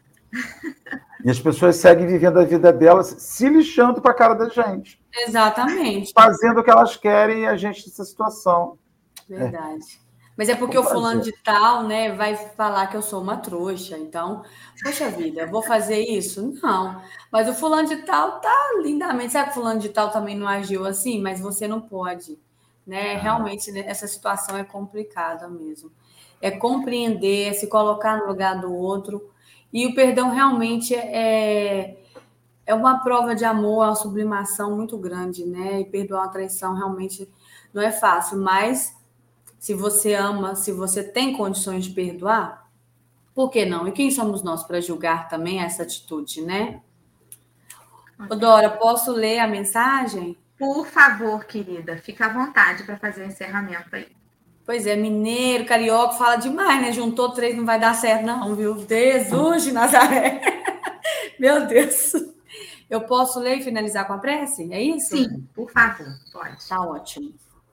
E as pessoas seguem vivendo a vida delas se lixando para a cara da gente. Exatamente. Fazendo o que elas querem e a gente nessa situação. Verdade. É. Mas é porque o fulano de tal, né, vai falar que eu sou uma trouxa. Então, poxa vida, eu vou fazer isso? Não. Mas o fulano de tal tá lindamente. Sabe que o fulano de tal também não agiu assim? Mas você não pode. Né? Realmente, essa situação é complicada mesmo. É compreender, se colocar no lugar do outro. E o perdão realmente é, é uma prova de amor, uma sublimação muito grande, né? E perdoar uma traição realmente não é fácil, mas se você ama, se você tem condições de perdoar, por que não? E quem somos nós para julgar também essa atitude, né? Ô, Dora, posso ler a mensagem? Por favor, querida, fica à vontade para fazer o encerramento aí. Pois é, mineiro, carioca, fala demais, né? Juntou três, não vai dar certo, não, viu? Jesus de Nazaré. Meu Deus. Eu posso ler e finalizar com a prece? É isso? Sim, por favor, pode. Tá ótimo.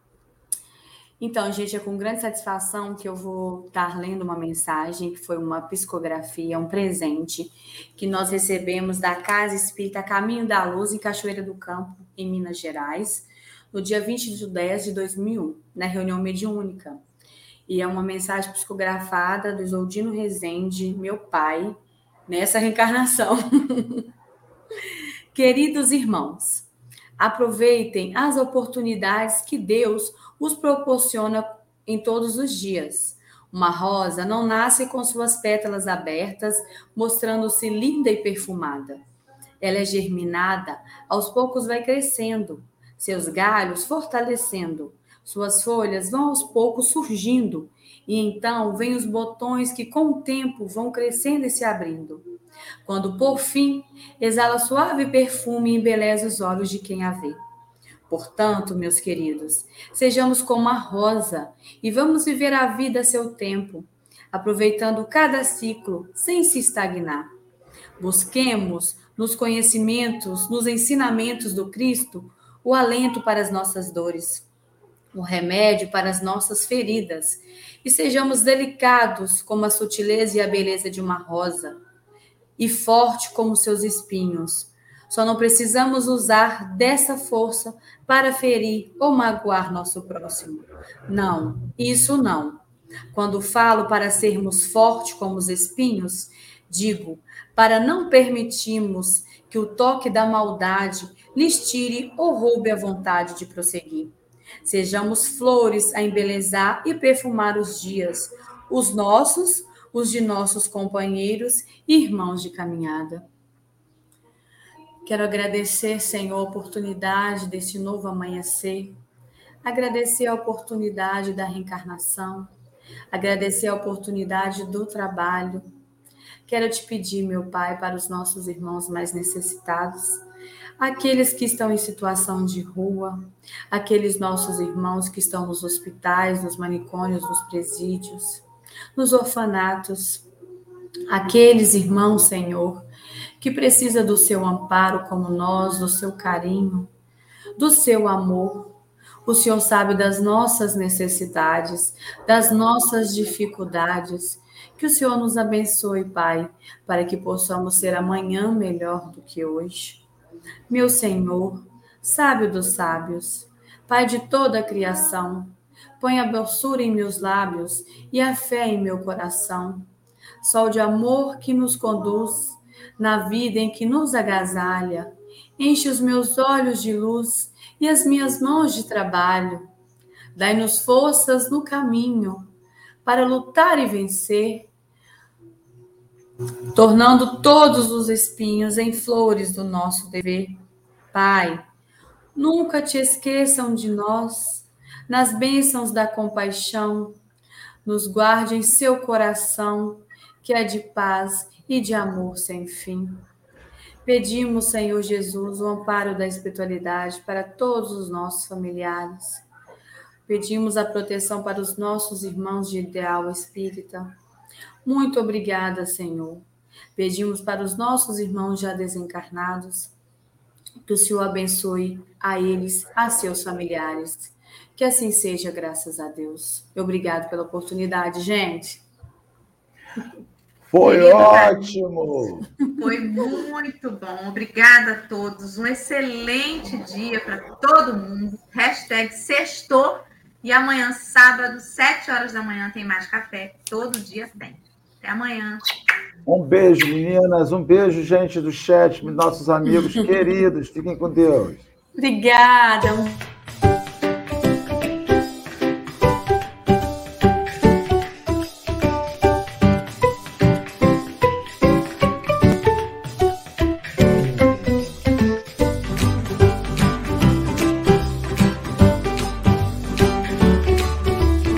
Então, gente, é com grande satisfação que eu vou estar lendo uma mensagem, que foi uma psicografia, um presente, que nós recebemos da Casa Espírita Caminho da Luz, em Cachoeira do Campo, em Minas Gerais, no dia vinte de dez de dois mil e um, na reunião mediúnica. E é uma mensagem psicografada do Isoldino Rezende, meu pai, nessa reencarnação. Queridos irmãos, aproveitem as oportunidades que Deus os proporciona em todos os dias. Uma rosa não nasce com suas pétalas abertas, mostrando-se linda e perfumada. Ela é germinada, aos poucos vai crescendo, seus galhos fortalecendo, suas folhas vão aos poucos surgindo, e então vêm os botões que com o tempo vão crescendo e se abrindo. Quando, por fim, exala suave perfume e embeleza os olhos de quem a vê. Portanto, meus queridos, sejamos como a rosa e vamos viver a vida a seu tempo, aproveitando cada ciclo sem se estagnar. Busquemos nos conhecimentos, nos ensinamentos do Cristo, o alento para as nossas dores, o remédio para as nossas feridas, e sejamos delicados como a sutileza e a beleza de uma rosa, e forte como seus espinhos. Só não precisamos usar dessa força para ferir ou magoar nosso próximo. Não, isso não. Quando falo para sermos fortes como os espinhos, digo para não permitirmos que o toque da maldade lhes tire ou roube a vontade de prosseguir. Sejamos flores a embelezar e perfumar os dias, os nossos, os de nossos companheiros e irmãos de caminhada. Quero agradecer, Senhor, a oportunidade desse novo amanhecer, agradecer a oportunidade da reencarnação, agradecer a oportunidade do trabalho. Quero te pedir, meu Pai, para os nossos irmãos mais necessitados, aqueles que estão em situação de rua, aqueles nossos irmãos que estão nos hospitais, nos manicômios, nos presídios, nos orfanatos, aqueles irmãos, Senhor, que precisa do seu amparo como nós, do seu carinho, do seu amor. O Senhor sabe das nossas necessidades, das nossas dificuldades. Que o Senhor nos abençoe, Pai, para que possamos ser amanhã melhor do que hoje. Meu Senhor, sábio dos sábios, Pai de toda a criação, põe a doçura em meus lábios e a fé em meu coração. Sol de amor que nos conduz na vida em que nos agasalha, enche os meus olhos de luz e as minhas mãos de trabalho. Dai-nos forças no caminho para lutar e vencer, tornando todos os espinhos em flores do nosso dever. Pai, nunca te esqueçam de nós, nas bênçãos da compaixão, nos guarde em seu coração, que é de paz e de amor sem fim. Pedimos, Senhor Jesus, o amparo da espiritualidade para todos os nossos familiares. Pedimos a proteção para os nossos irmãos de ideal espírita. Muito obrigada, Senhor. Pedimos para os nossos irmãos já desencarnados, que o Senhor abençoe a eles, a seus familiares. Que assim seja, graças a Deus. Obrigado pela oportunidade, gente. Foi Querido, ótimo! Foi muito bom. Obrigada a todos. Um excelente dia para todo mundo. Hashtag sextou. E amanhã, sábado, sete horas da manhã, tem mais café. Todo dia tem. Até amanhã. Um beijo, meninas. Um beijo, gente do chat, nossos amigos queridos. Fiquem com Deus. Obrigada.